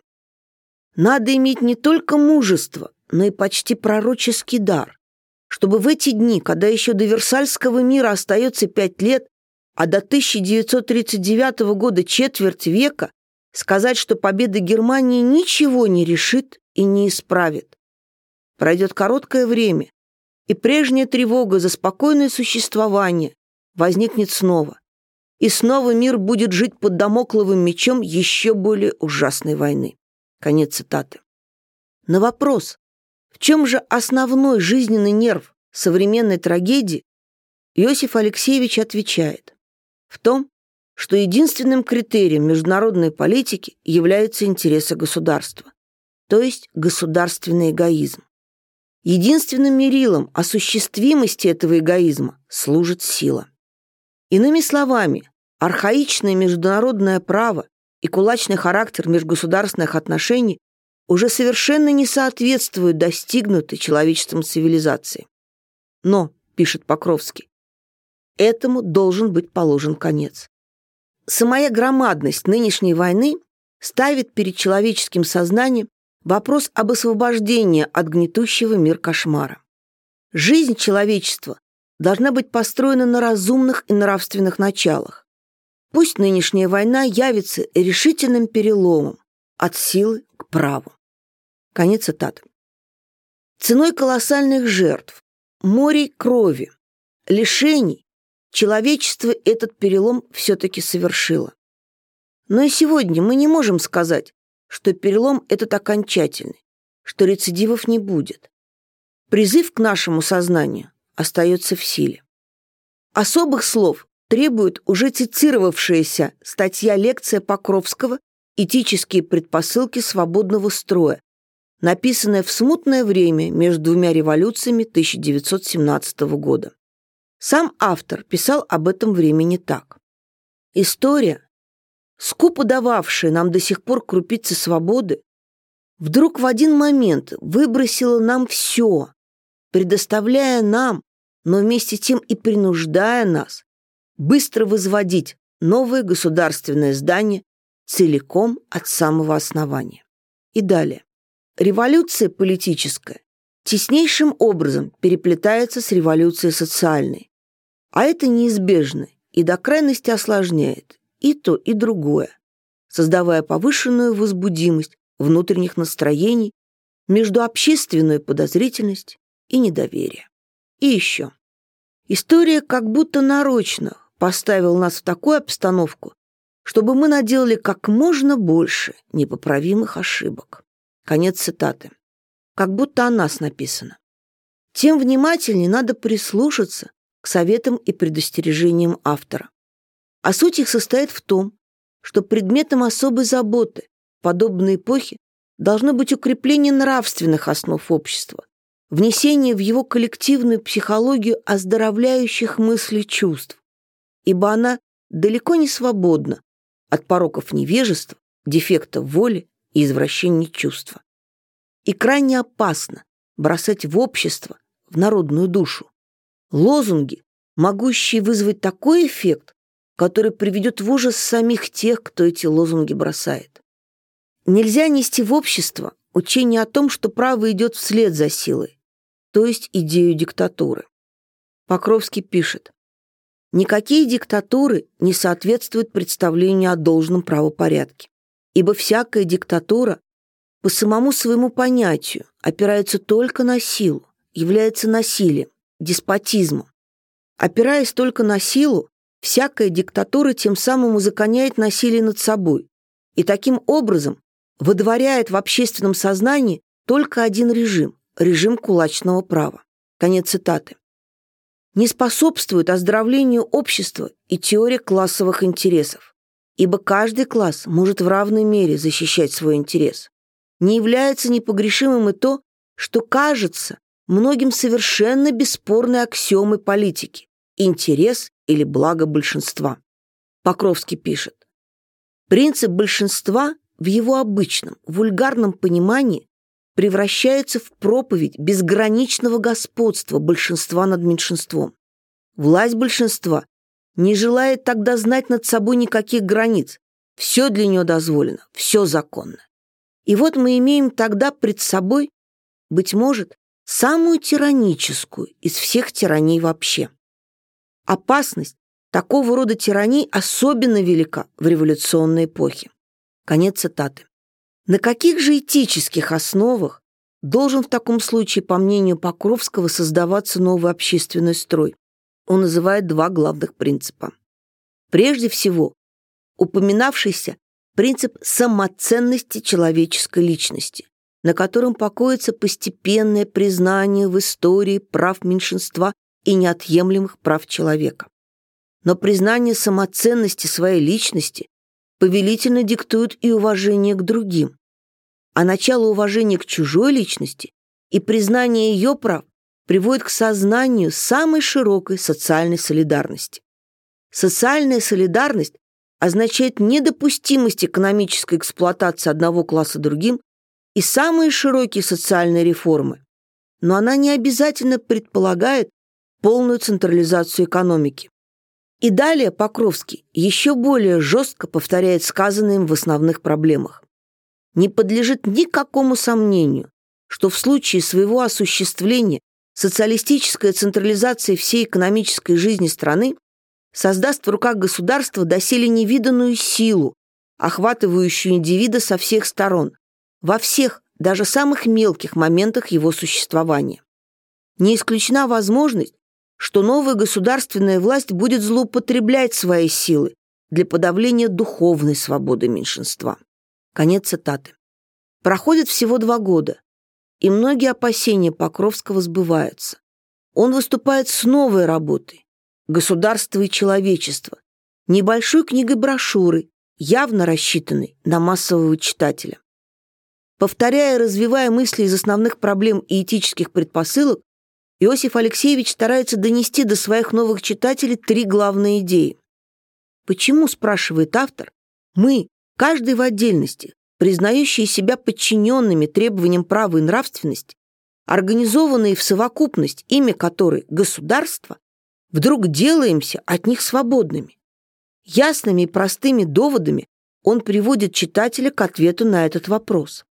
Надо иметь не только мужество, но и почти пророческий дар, чтобы в эти дни, когда еще до Версальского мира остается пять лет, а до тысяча девятьсот тридцать девятого года четверть века, сказать, что победа Германии ничего не решит и не исправит. Пройдет короткое время, и прежняя тревога за спокойное существование возникнет снова, и снова мир будет жить под дамокловым мечом еще более ужасной войны. Конец цитаты. На вопрос, в чем же основной жизненный нерв современной трагедии, Иосиф Алексеевич отвечает: в том, что единственным критерием международной политики являются интересы государства, то есть государственный эгоизм. Единственным мерилом осуществимости этого эгоизма служит сила. Иными словами, архаичное международное право и кулачный характер межгосударственных отношений уже совершенно не соответствуют достигнутой человечеством цивилизации. Но, пишет Покровский, этому должен быть положен конец. Самая громадность нынешней войны ставит перед человеческим сознанием вопрос об освобождении от гнетущего мир кошмара. Жизнь человечества должна быть построена на разумных и нравственных началах. Пусть нынешняя война явится решительным переломом от силы к праву. Конец цитаты. Ценой колоссальных жертв, морей крови, лишений человечество этот перелом все-таки совершило. Но и сегодня мы не можем сказать, что перелом этот окончательный, что рецидивов не будет. Призыв к нашему сознанию остается в силе. Особых слов требует уже цитировавшаяся статья-лекция Покровского «Этические предпосылки свободного строя», написанная в смутное время между двумя революциями тысяча девятьсот семнадцатого года. Сам автор писал об этом времени так. «История, скупо дававшая нам до сих пор крупицы свободы, вдруг в один момент выбросила нам все, предоставляя нам, но вместе с тем и принуждая нас быстро возводить новое государственное здание целиком от самого основания». И далее. Революция политическая теснейшим образом переплетается с революцией социальной, а это неизбежно и до крайности осложняет и то, и другое, создавая повышенную возбудимость внутренних настроений, между общественную подозрительность и недоверие. И еще. История как будто нарочно поставила нас в такую обстановку, чтобы мы наделали как можно больше непоправимых ошибок. Конец цитаты. Как будто о нас написано. Тем внимательнее надо прислушаться к советам и предостережениям автора. А суть их состоит в том, что предметом особой заботы в подобной эпохе должно быть укрепление нравственных основ общества, внесение в его коллективную психологию оздоровляющих мыслей чувств, ибо она далеко не свободна от пороков невежества, дефектов воли и извращений чувства. И крайне опасно бросать в общество, в народную душу, лозунги, могущие вызвать такой эффект, который приведет в ужас самих тех, кто эти лозунги бросает. Нельзя нести в общество учение о том, что право идет вслед за силой, то есть идею диктатуры. Покровский пишет: «Никакие диктатуры не соответствуют представлению о должном правопорядке, ибо всякая диктатура по самому своему понятию опирается только на силу, является насилием, деспотизмом. Опираясь только на силу, всякая диктатура тем самым узаконяет насилие над собой и таким образом выдворяет в общественном сознании только один режим – режим кулачного права». Конец цитаты. Не способствует оздоровлению общества и теория классовых интересов, ибо каждый класс может в равной мере защищать свой интерес. Не является непогрешимым и то, что кажется многим совершенно бесспорной аксиомой политики – интерес или благо большинства. Покровский пишет: «Принцип большинства в его обычном, вульгарном понимании превращается в проповедь безграничного господства большинства над меньшинством. Власть большинства не желает тогда знать над собой никаких границ. Все для нее дозволено, все законно. И вот мы имеем тогда пред собой, быть может, самую тираническую из всех тираний вообще. Опасность такого рода тираний особенно велика в революционной эпохе». Конец цитаты. На каких же этических основах должен в таком случае, по мнению Покровского, создаваться новый общественный строй? Он называет два главных принципа. Прежде всего, упоминавшийся принцип самоценности человеческой личности, на котором покоится постепенное признание в истории прав меньшинства и неотъемлемых прав человека. Но признание самоценности своей личности повелительно диктует и уважение к другим, а начало уважения к чужой личности и признание ее прав приводит к сознанию самой широкой социальной солидарности. Социальная солидарность означает недопустимость экономической эксплуатации одного класса другим и самые широкие социальные реформы, но она не обязательно предполагает полную централизацию экономики. И далее Покровский еще более жестко повторяет сказанное им в основных проблемах. Не подлежит никакому сомнению, что в случае своего осуществления социалистическая централизация всей экономической жизни страны создаст в руках государства доселе невиданную силу, охватывающую индивида со всех сторон, во всех, даже самых мелких моментах его существования. Не исключена возможность, что новая государственная власть будет злоупотреблять свои силы для подавления духовной свободы меньшинства. Конец цитаты. Проходит всего два года, и многие опасения Покровского сбываются. Он выступает с новой работой «Государство и человечество», небольшой книгой-брошюрой, явно рассчитанной на массового читателя. Повторяя и развивая мысли из основных проблем и этических предпосылок, Иосиф Алексеевич старается донести до своих новых читателей три главные идеи. Почему, спрашивает автор, мы, каждый в отдельности, признающие себя подчиненными требованиям права и нравственности, организованные в совокупность, имя которой государство, вдруг делаемся от них свободными? Ясными и простыми доводами он приводит читателя к ответу на этот вопрос.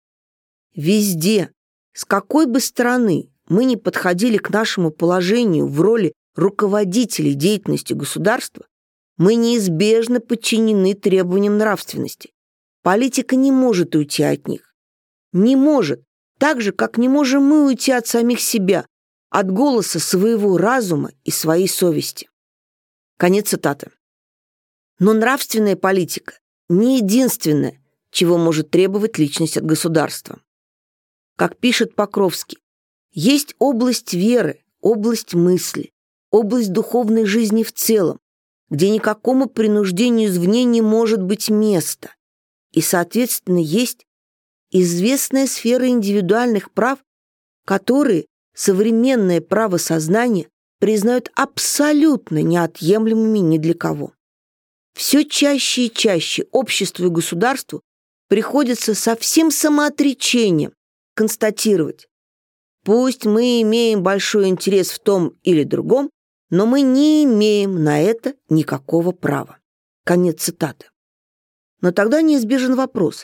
Везде, с какой бы стороны мы ни подходили к нашему положению в роли руководителей деятельности государства, мы неизбежно подчинены требованиям нравственности. Политика не может уйти от них. Не может, так же, как не можем мы уйти от самих себя, от голоса своего разума и своей совести. Конец цитаты. Но нравственная политика не единственное, чего может требовать личность от государства. Как пишет Покровский, есть область веры, область мысли, область духовной жизни в целом, где никакому принуждению извне не может быть места. И, соответственно, есть известная сфера индивидуальных прав, которые современное правосознание признает абсолютно неотъемлемыми ни для кого. Все чаще и чаще обществу и государству приходится со всем самоотречением констатировать: пусть мы имеем большой интерес в том или другом, но мы не имеем на это никакого права. Конец цитаты. Но тогда неизбежен вопрос: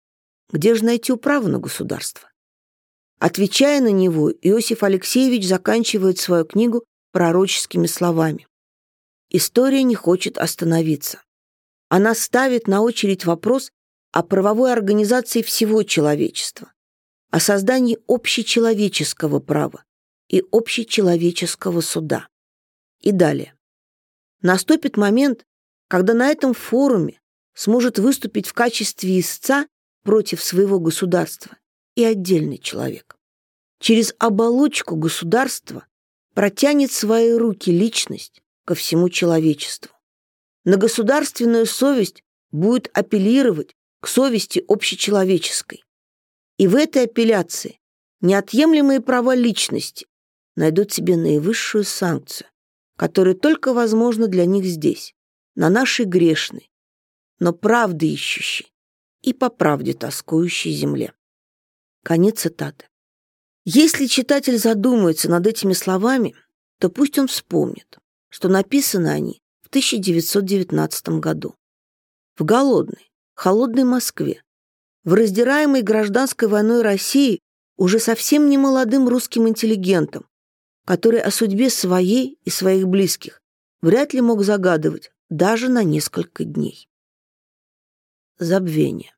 где же найти управу на государство? Отвечая на него, Иосиф Алексеевич заканчивает свою книгу пророческими словами. История не хочет остановиться. Она ставит на очередь вопрос о правовой организации всего человечества, о создании общечеловеческого права и общечеловеческого суда. И далее. Наступит момент, когда на этом форуме сможет выступить в качестве истца против своего государства и отдельный человек. Через оболочку государства протянет свои руки личность ко всему человечеству. На государственную совесть будет апеллировать к совести общечеловеческой. И в этой апелляции неотъемлемые права личности найдут себе наивысшую санкцию, которая только возможна для них здесь, на нашей грешной, но правды ищущей и по правде тоскующей земле. Конец цитаты. Если читатель задумается над этими словами, то пусть он вспомнит, что написаны они в тысяча девятьсот девятнадцатом году. В голодной, холодной Москве, в раздираемой гражданской войной России уже совсем не молодым русским интеллигентом, который о судьбе своей и своих близких вряд ли мог загадывать даже на несколько дней. Забвение.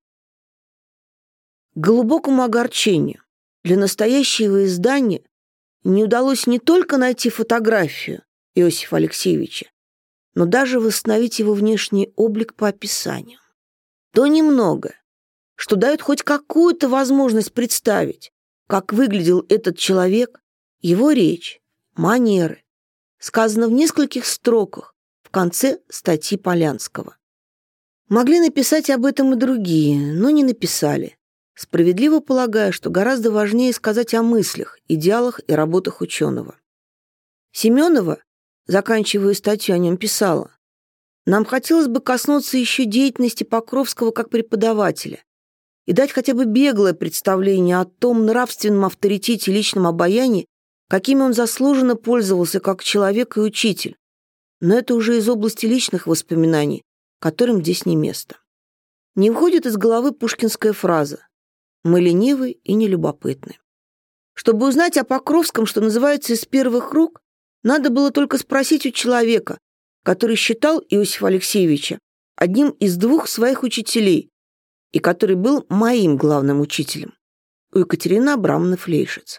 К глубокому огорчению для настоящего издания не удалось не только найти фотографию Иосифа Алексеевича, но даже восстановить его внешний облик по описанию. То немногое, что дает хоть какую-то возможность представить, как выглядел этот человек, его речь, манеры, сказано в нескольких строках в конце статьи Полянского. Могли написать об этом и другие, но не написали, справедливо полагая, что гораздо важнее сказать о мыслях, идеалах и работах ученого. Семенова, заканчивая статью, о нем писала: «Нам хотелось бы коснуться еще деятельности Покровского как преподавателя и дать хотя бы беглое представление о том нравственном авторитете и личном обаянии, какими он заслуженно пользовался как человек и учитель, но это уже из области личных воспоминаний, которым здесь не место. Не уходит из головы пушкинская фраза «Мы ленивы и нелюбопытны». Чтобы узнать о Покровском, что называется, из первых рук, надо было только спросить у человека, который считал Иосифа Алексеевича одним из двух своих учителей и который был моим главным учителем, у Екатерины Абрамовны Флейшиц.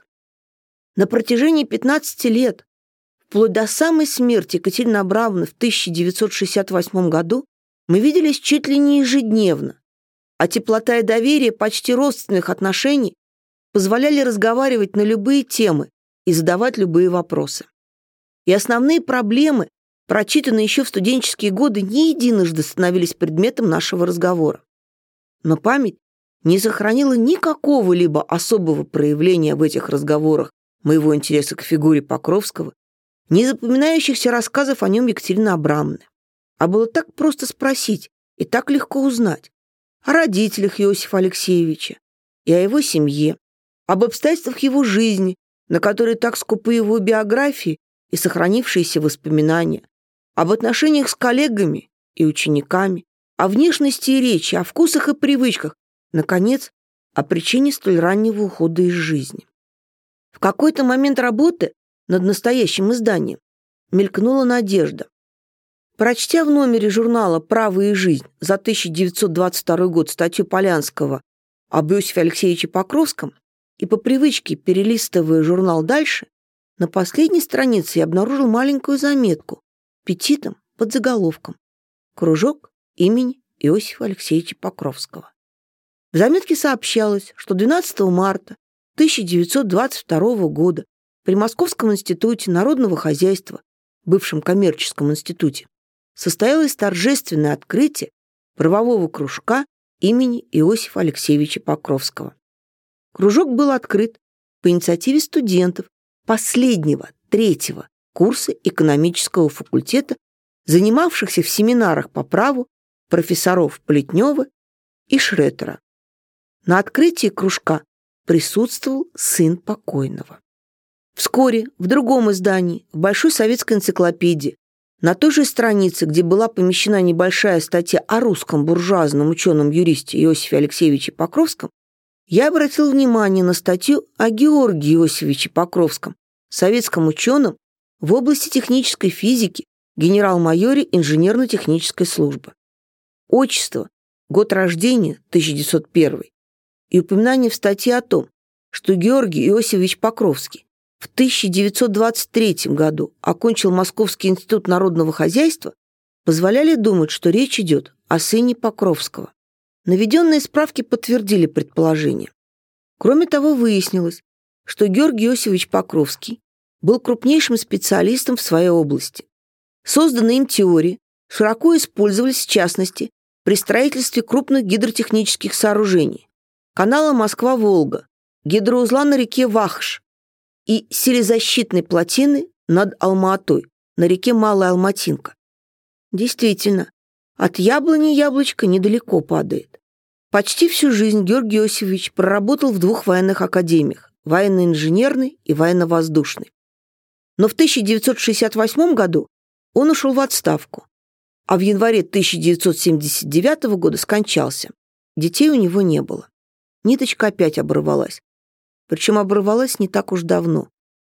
На протяжении пятнадцати лет, вплоть до самой смерти Екатерины Абрамовны в тысяча девятьсот шестьдесят восьмом году, мы виделись чуть ли не ежедневно, а теплота и доверие почти родственных отношений позволяли разговаривать на любые темы и задавать любые вопросы. И основные проблемы, прочитанные еще в студенческие годы, не единожды становились предметом нашего разговора. Но память не сохранила никакого либо особого проявления в этих разговорах моего интереса к фигуре Покровского, ни запоминающихся рассказов о нем Екатерины Абрамовны. А было так просто спросить и так легко узнать о родителях Иосифа Алексеевича и о его семье, об обстоятельствах его жизни, на которые так скупы его биографии и сохранившиеся воспоминания, об отношениях с коллегами и учениками, о внешности и речи, о вкусах и привычках, наконец, о причине столь раннего ухода из жизни. В какой-то момент работы над настоящим изданием мелькнула надежда. Прочтя в номере журнала «Право и жизнь» за тысяча девятьсот двадцать второй год статью Полянского об Иосифе Алексеевиче Покровском и по привычке перелистывая журнал дальше, на последней странице я обнаружил маленькую заметку петитом под заголовком «Кружок имени Иосифа Алексеевича Покровского». В заметке сообщалось, что двенадцатого марта тысяча девятьсот двадцать второго года при Московском институте народного хозяйства, бывшем коммерческом институте, состоялось торжественное открытие правового кружка имени Иосифа Алексеевича Покровского. Кружок был открыт по инициативе студентов последнего, третьего курса экономического факультета, занимавшихся в семинарах по праву профессоров Плетнева и Шреттера. На открытии кружка присутствовал сын покойного. Вскоре в другом издании, в Большой советской энциклопедии, на той же странице, где была помещена небольшая статья о русском буржуазном ученом-юристе Иосифе Алексеевиче Покровском, я обратил внимание на статью о Георгии Иосифовиче Покровском, советском ученом в области технической физики, генерал-майоре инженерно-технической службы. Отчество, год рождения тысяча девятьсот первый и упоминание в статье о том, что Георгий Иосифович Покровский в тысяча девятьсот двадцать третьем году окончил Московский институт народного хозяйства, позволяли думать, что речь идет о сыне Покровского. Наведенные справки подтвердили предположение. Кроме того, выяснилось, что Георгий Иосифович Покровский был крупнейшим специалистом в своей области. Созданные им теории широко использовались, в частности, при строительстве крупных гидротехнических сооружений, канала Москва-Волга, гидроузла на реке Вахш и селезащитной плотины над Алма-Атой на реке Малая Алматинка. Действительно, от яблони яблочко недалеко падает. Почти всю жизнь Георгий Иосифович проработал в двух военных академиях – военно-инженерной и военно-воздушной. Но в тысяча девятьсот шестьдесят восьмом году он ушел в отставку, а в январе тысяча девятьсот семьдесят девятого года скончался. Детей у него не было. Ниточка опять оборвалась. Причем оборвалась не так уж давно.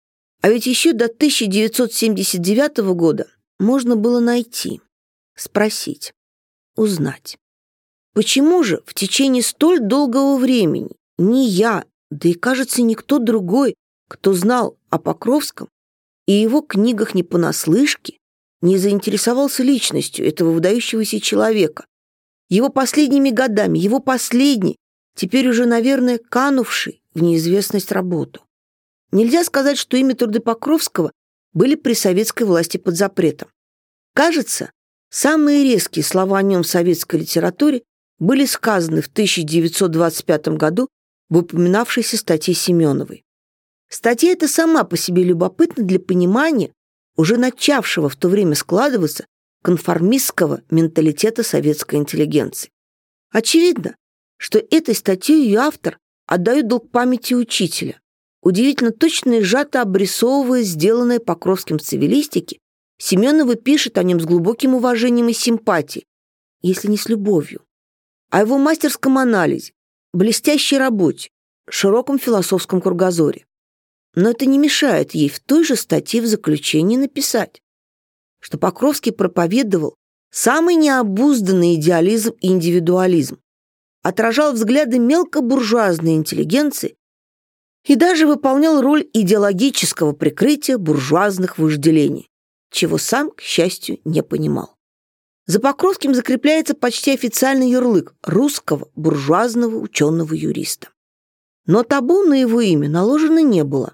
А ведь еще до тысяча девятьсот семьдесят девятого года можно было найти, спросить, узнать. Почему же в течение столь долгого времени ни я, да и, кажется, никто другой, кто знал о Покровском и его книгах не понаслышке, не заинтересовался личностью этого выдающегося человека, его последними годами, его последней, теперь уже, наверное, канувшей в неизвестность работу? Нельзя сказать, что имя труды Покровского были при советской власти под запретом. Кажется, самые резкие слова о нем в советской литературе были сказаны в тысяча девятьсот двадцать пятом году в упоминавшейся статье Семеновой. Статья эта сама по себе любопытна для понимания уже начавшего в то время складываться конформистского менталитета советской интеллигенции. Очевидно, что этой статьей ее автор отдает долг памяти учителя, удивительно точно и сжато обрисовывая сделанное Покровским в цивилистике Семенова пишет о нем с глубоким уважением и симпатией, если не с любовью. О его мастерском анализе, блестящей работе, широком философском кругозоре. Но это не мешает ей в той же статье в заключении написать, что Покровский проповедовал самый необузданный идеализм и индивидуализм, отражал взгляды мелкобуржуазной интеллигенции и даже выполнял роль идеологического прикрытия буржуазных вожделений, чего сам, к счастью, не понимал. За Покровским закрепляется почти официальный ярлык русского буржуазного ученого-юриста. Но табу на его имя наложено не было.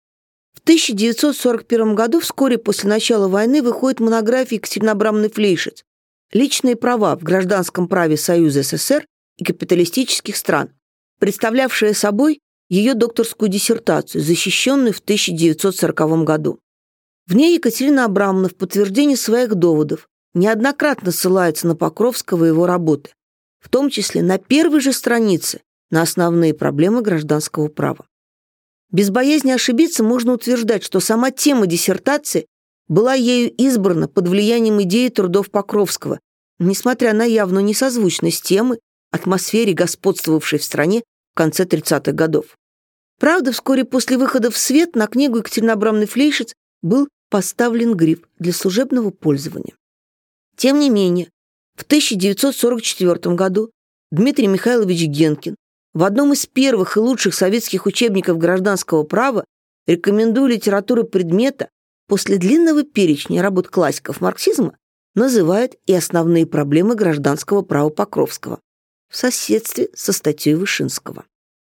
В тысяча девятьсот сорок первом году, вскоре после начала войны, выходит монография Екатерины Абрамовны Флейшиц «Личные права в гражданском праве Союза СССР и капиталистических стран», представлявшая собой ее докторскую диссертацию, защищенную в тысяча девятьсот сороковом году. В ней Екатерина Абрамовна в подтверждении своих доводов неоднократно ссылается на Покровского и его работы, в том числе на первой же странице на основные проблемы гражданского права. Без боязни ошибиться можно утверждать, что сама тема диссертации была ею избрана под влиянием идеи трудов Покровского, несмотря на явную несозвучность темы, атмосфере, господствовавшей в стране в конце тридцатых годов. Правда, вскоре после выхода в свет на книгу Екатерины Абрамовны Флейшиц был поставлен гриф «для служебного пользования». Тем не менее, в тысяча девятьсот сорок четвёртом году Дмитрий Михайлович Генкин в одном из первых и лучших советских учебников гражданского права, рекомендуя литературу предмета, после длинного перечня работ классиков марксизма, называет и основные проблемы гражданского права Покровского в соседстве со статьей Вышинского.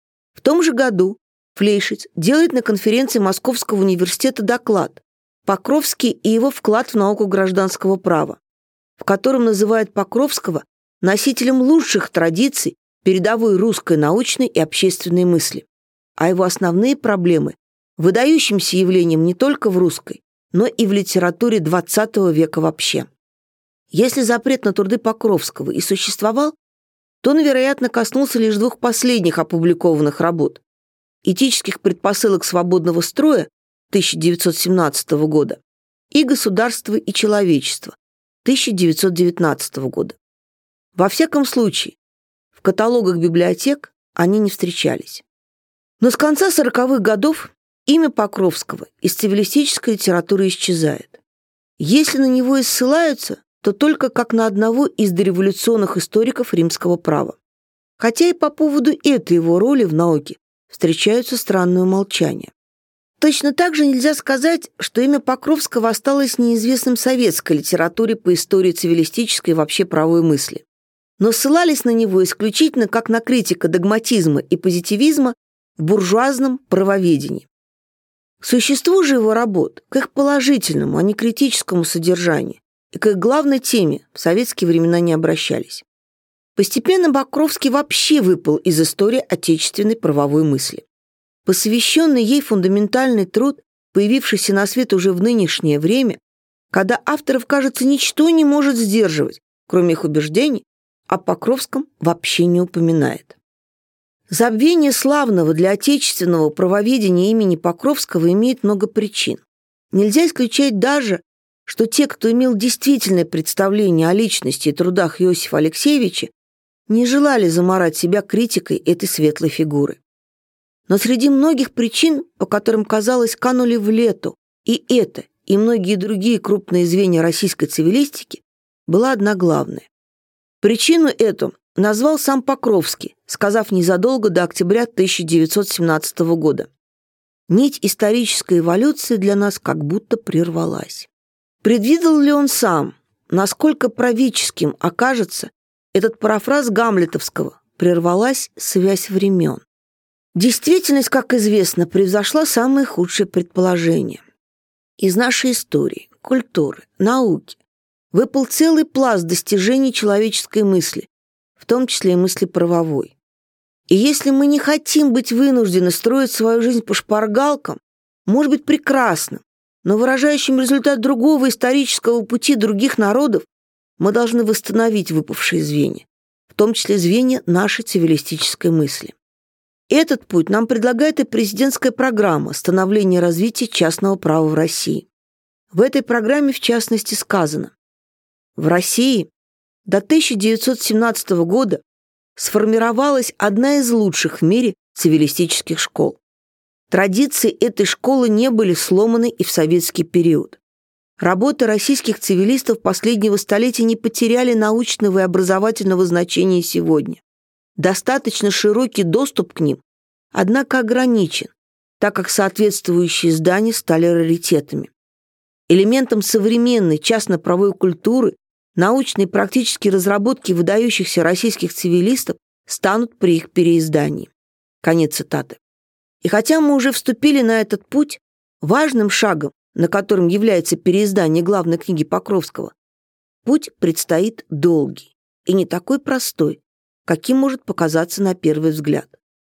В том же году Флейшиц делает на конференции Московского университета доклад «Покровский и его вклад в науку гражданского права», в котором называет Покровского носителем лучших традиций передовой русской научной и общественной мысли, а его основные проблемы – выдающимся явлением не только в русской, но и в литературе двадцатого века вообще. Если запрет на труды Покровского и существовал, то он, вероятно, коснулся лишь двух последних опубликованных работ – «Этических предпосылок свободного строя» тысяча девятьсот семнадцатого года и «Государство и человечество» тысяча девятьсот девятнадцатого года. Во всяком случае, в каталогах библиотек они не встречались. Но с конца сороковых годов имя Покровского из цивилистической литературы исчезает. Если на него и ссылаются, то только как на одного из дореволюционных историков римского права. Хотя и по поводу этой его роли в науке встречаются странные умолчания. Точно так же нельзя сказать, что имя Покровского осталось неизвестным в советской литературе по истории цивилистической и вообще правовой мысли. Но ссылались на него исключительно как на критика догматизма и позитивизма в буржуазном правоведении. К существу же его работ, к их положительному, а не критическому содержанию и к их главной теме в советские времена не обращались. Постепенно Покровский вообще выпал из истории отечественной правовой мысли. Посвященный ей фундаментальный труд, появившийся на свет уже в нынешнее время, когда авторов, кажется, ничто не может сдерживать, кроме их убеждений, о Покровском вообще не упоминает. Забвение славного для отечественного правоведения имени Покровского имеет много причин. Нельзя исключать даже, что те, кто имел действительное представление о личности и трудах Иосифа Алексеевича, не желали замарать себя критикой этой светлой фигуры. Но среди многих причин, по которым, казалось, канули в лету и это, и многие другие крупные звенья российской цивилистики, была одна главная. Причину эту назвал сам Покровский, сказав незадолго до октября тысяча девятьсот семнадцатого года. Нить исторической эволюции для нас как будто прервалась. Предвидел ли он сам, насколько правительским окажется этот парафраз гамлетовского «прервалась связь времен»? Действительность, как известно, превзошла самые худшие предположения. Из нашей истории, культуры, науки выпал целый пласт достижений человеческой мысли, в том числе и мысли правовой. И если мы не хотим быть вынуждены строить свою жизнь по шпаргалкам, может быть прекрасным, но выражающим результат другого исторического пути других народов, мы должны восстановить выпавшие звенья, в том числе звенья нашей цивилистической мысли. Этот путь нам предлагает и президентская программа становления и развития частного права в России. В этой программе, в частности, сказано: в России до тысяча девятьсот семнадцатого года сформировалась одна из лучших в мире цивилистических школ. Традиции этой школы не были сломаны и в советский период. Работы российских цивилистов последнего столетия не потеряли научного и образовательного значения сегодня. Достаточно широкий доступ к ним, однако ограничен, так как соответствующие здания стали раритетами. Элементом современной частно-правовой культуры научные и практические разработки выдающихся российских цивилистов станут при их переиздании. Конец цитаты. И хотя мы уже вступили на этот путь, важным шагом, на котором является переиздание главной книги Покровского, путь предстоит долгий и не такой простой, каким может показаться на первый взгляд.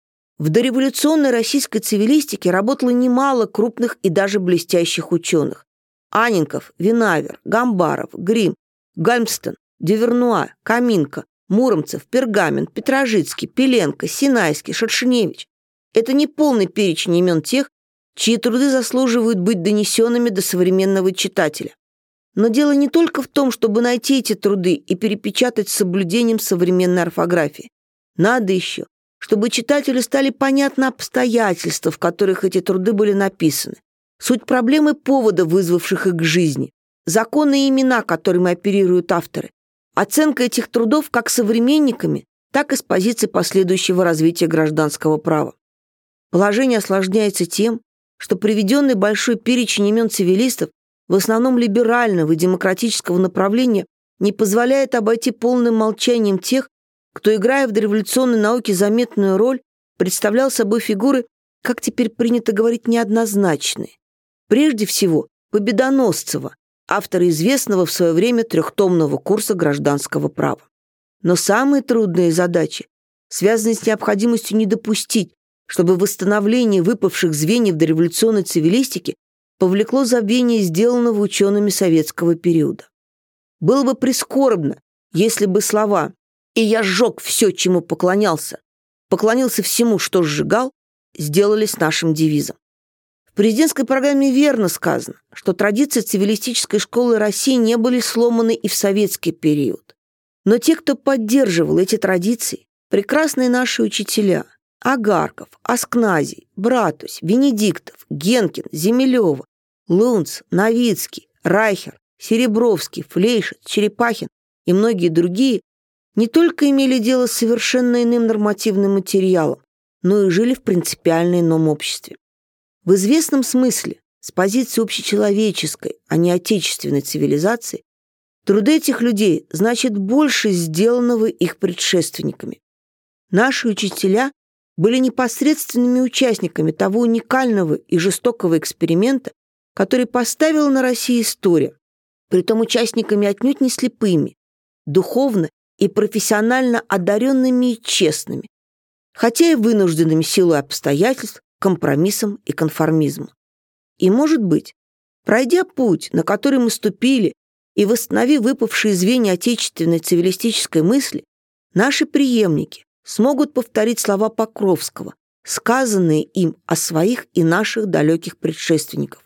В дореволюционной российской цивилистике работало немало крупных и даже блестящих ученых: Анненков, Винавер, Гамбаров, Грим, Гальмстен, Дювернуа, Каминко, Муромцев, Пергамент, Петрожицкий, Пеленко, Синайский, Шершеневич. Это не полный перечень имен тех, чьи труды заслуживают быть донесенными до современного читателя. Но дело не только в том, чтобы найти эти труды и перепечатать с соблюдением современной орфографии. Надо еще, чтобы читателю стали понятны обстоятельства, в которых эти труды были написаны, суть проблемы повода, вызвавших их к жизни, законы и имена, которыми оперируют авторы, оценка этих трудов как современниками, так и с позиции последующего развития гражданского права. Положение осложняется тем, что приведенный большой перечень имен цивилистов, в основном либерального и демократического направления, не позволяет обойти полным молчанием тех, кто, играя в дореволюционной науке заметную роль, представлял собой фигуры, как теперь принято говорить, неоднозначные. Прежде всего, Победоносцева, автора известного в свое время трехтомного курса гражданского права. Но самые трудные задачи связаны с необходимостью не допустить, чтобы восстановление выпавших звеньев дореволюционной цивилистики повлекло забвение сделанного учеными советского периода. Было бы прискорбно, если бы слова «и я сжег все, чему поклонялся, поклонился всему, что сжигал», сделались нашим девизом. В президентской программе верно сказано, что традиции цивилистической школы России не были сломаны и в советский период. Но те, кто поддерживал эти традиции, прекрасные наши учителя – Агарков, Аскназий, Братусь, Венедиктов, Генкин, Земелева, Лунц, Новицкий, Райхер, Серебровский, Флейшет, Черепахин и многие другие, не только имели дело с совершенно иным нормативным материалом, но и жили в принципиально ином обществе. В известном смысле, с позиции общечеловеческой, а не отечественной цивилизации, труды этих людей значат больше сделанного их предшественниками. Наши учителя были непосредственными участниками того уникального и жестокого эксперимента, который поставила на России история, притом участниками отнюдь не слепыми, духовно и профессионально одаренными и честными, хотя и вынужденными силой обстоятельств компромиссом и конформизмом. И, может быть, пройдя путь, на который мы ступили, и восстановив выпавшие звенья отечественной цивилистической мысли, наши преемники смогут повторить слова Покровского, сказанные им о своих и наших далеких предшественников.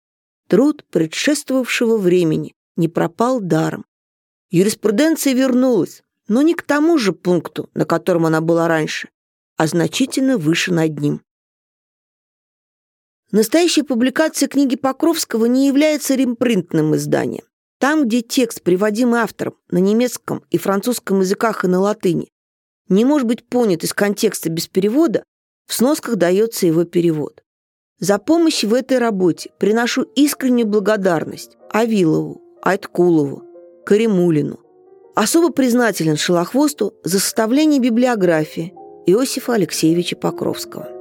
Труд предшествовавшего времени не пропал даром. Юриспруденция вернулась, но не к тому же пункту, на котором она была раньше, а значительно выше над ним. Настоящая публикация книги Покровского не является ремпринтным изданием. Там, где текст, приводимый автором на немецком и французском языках и на латыни, не может быть понят из контекста без перевода, в сносках дается его перевод. За помощь в этой работе приношу искреннюю благодарность Авилову, Айткулову, Каримулину. Особо признателен Шелохвосту за составление библиографии Иосифа Алексеевича Покровского.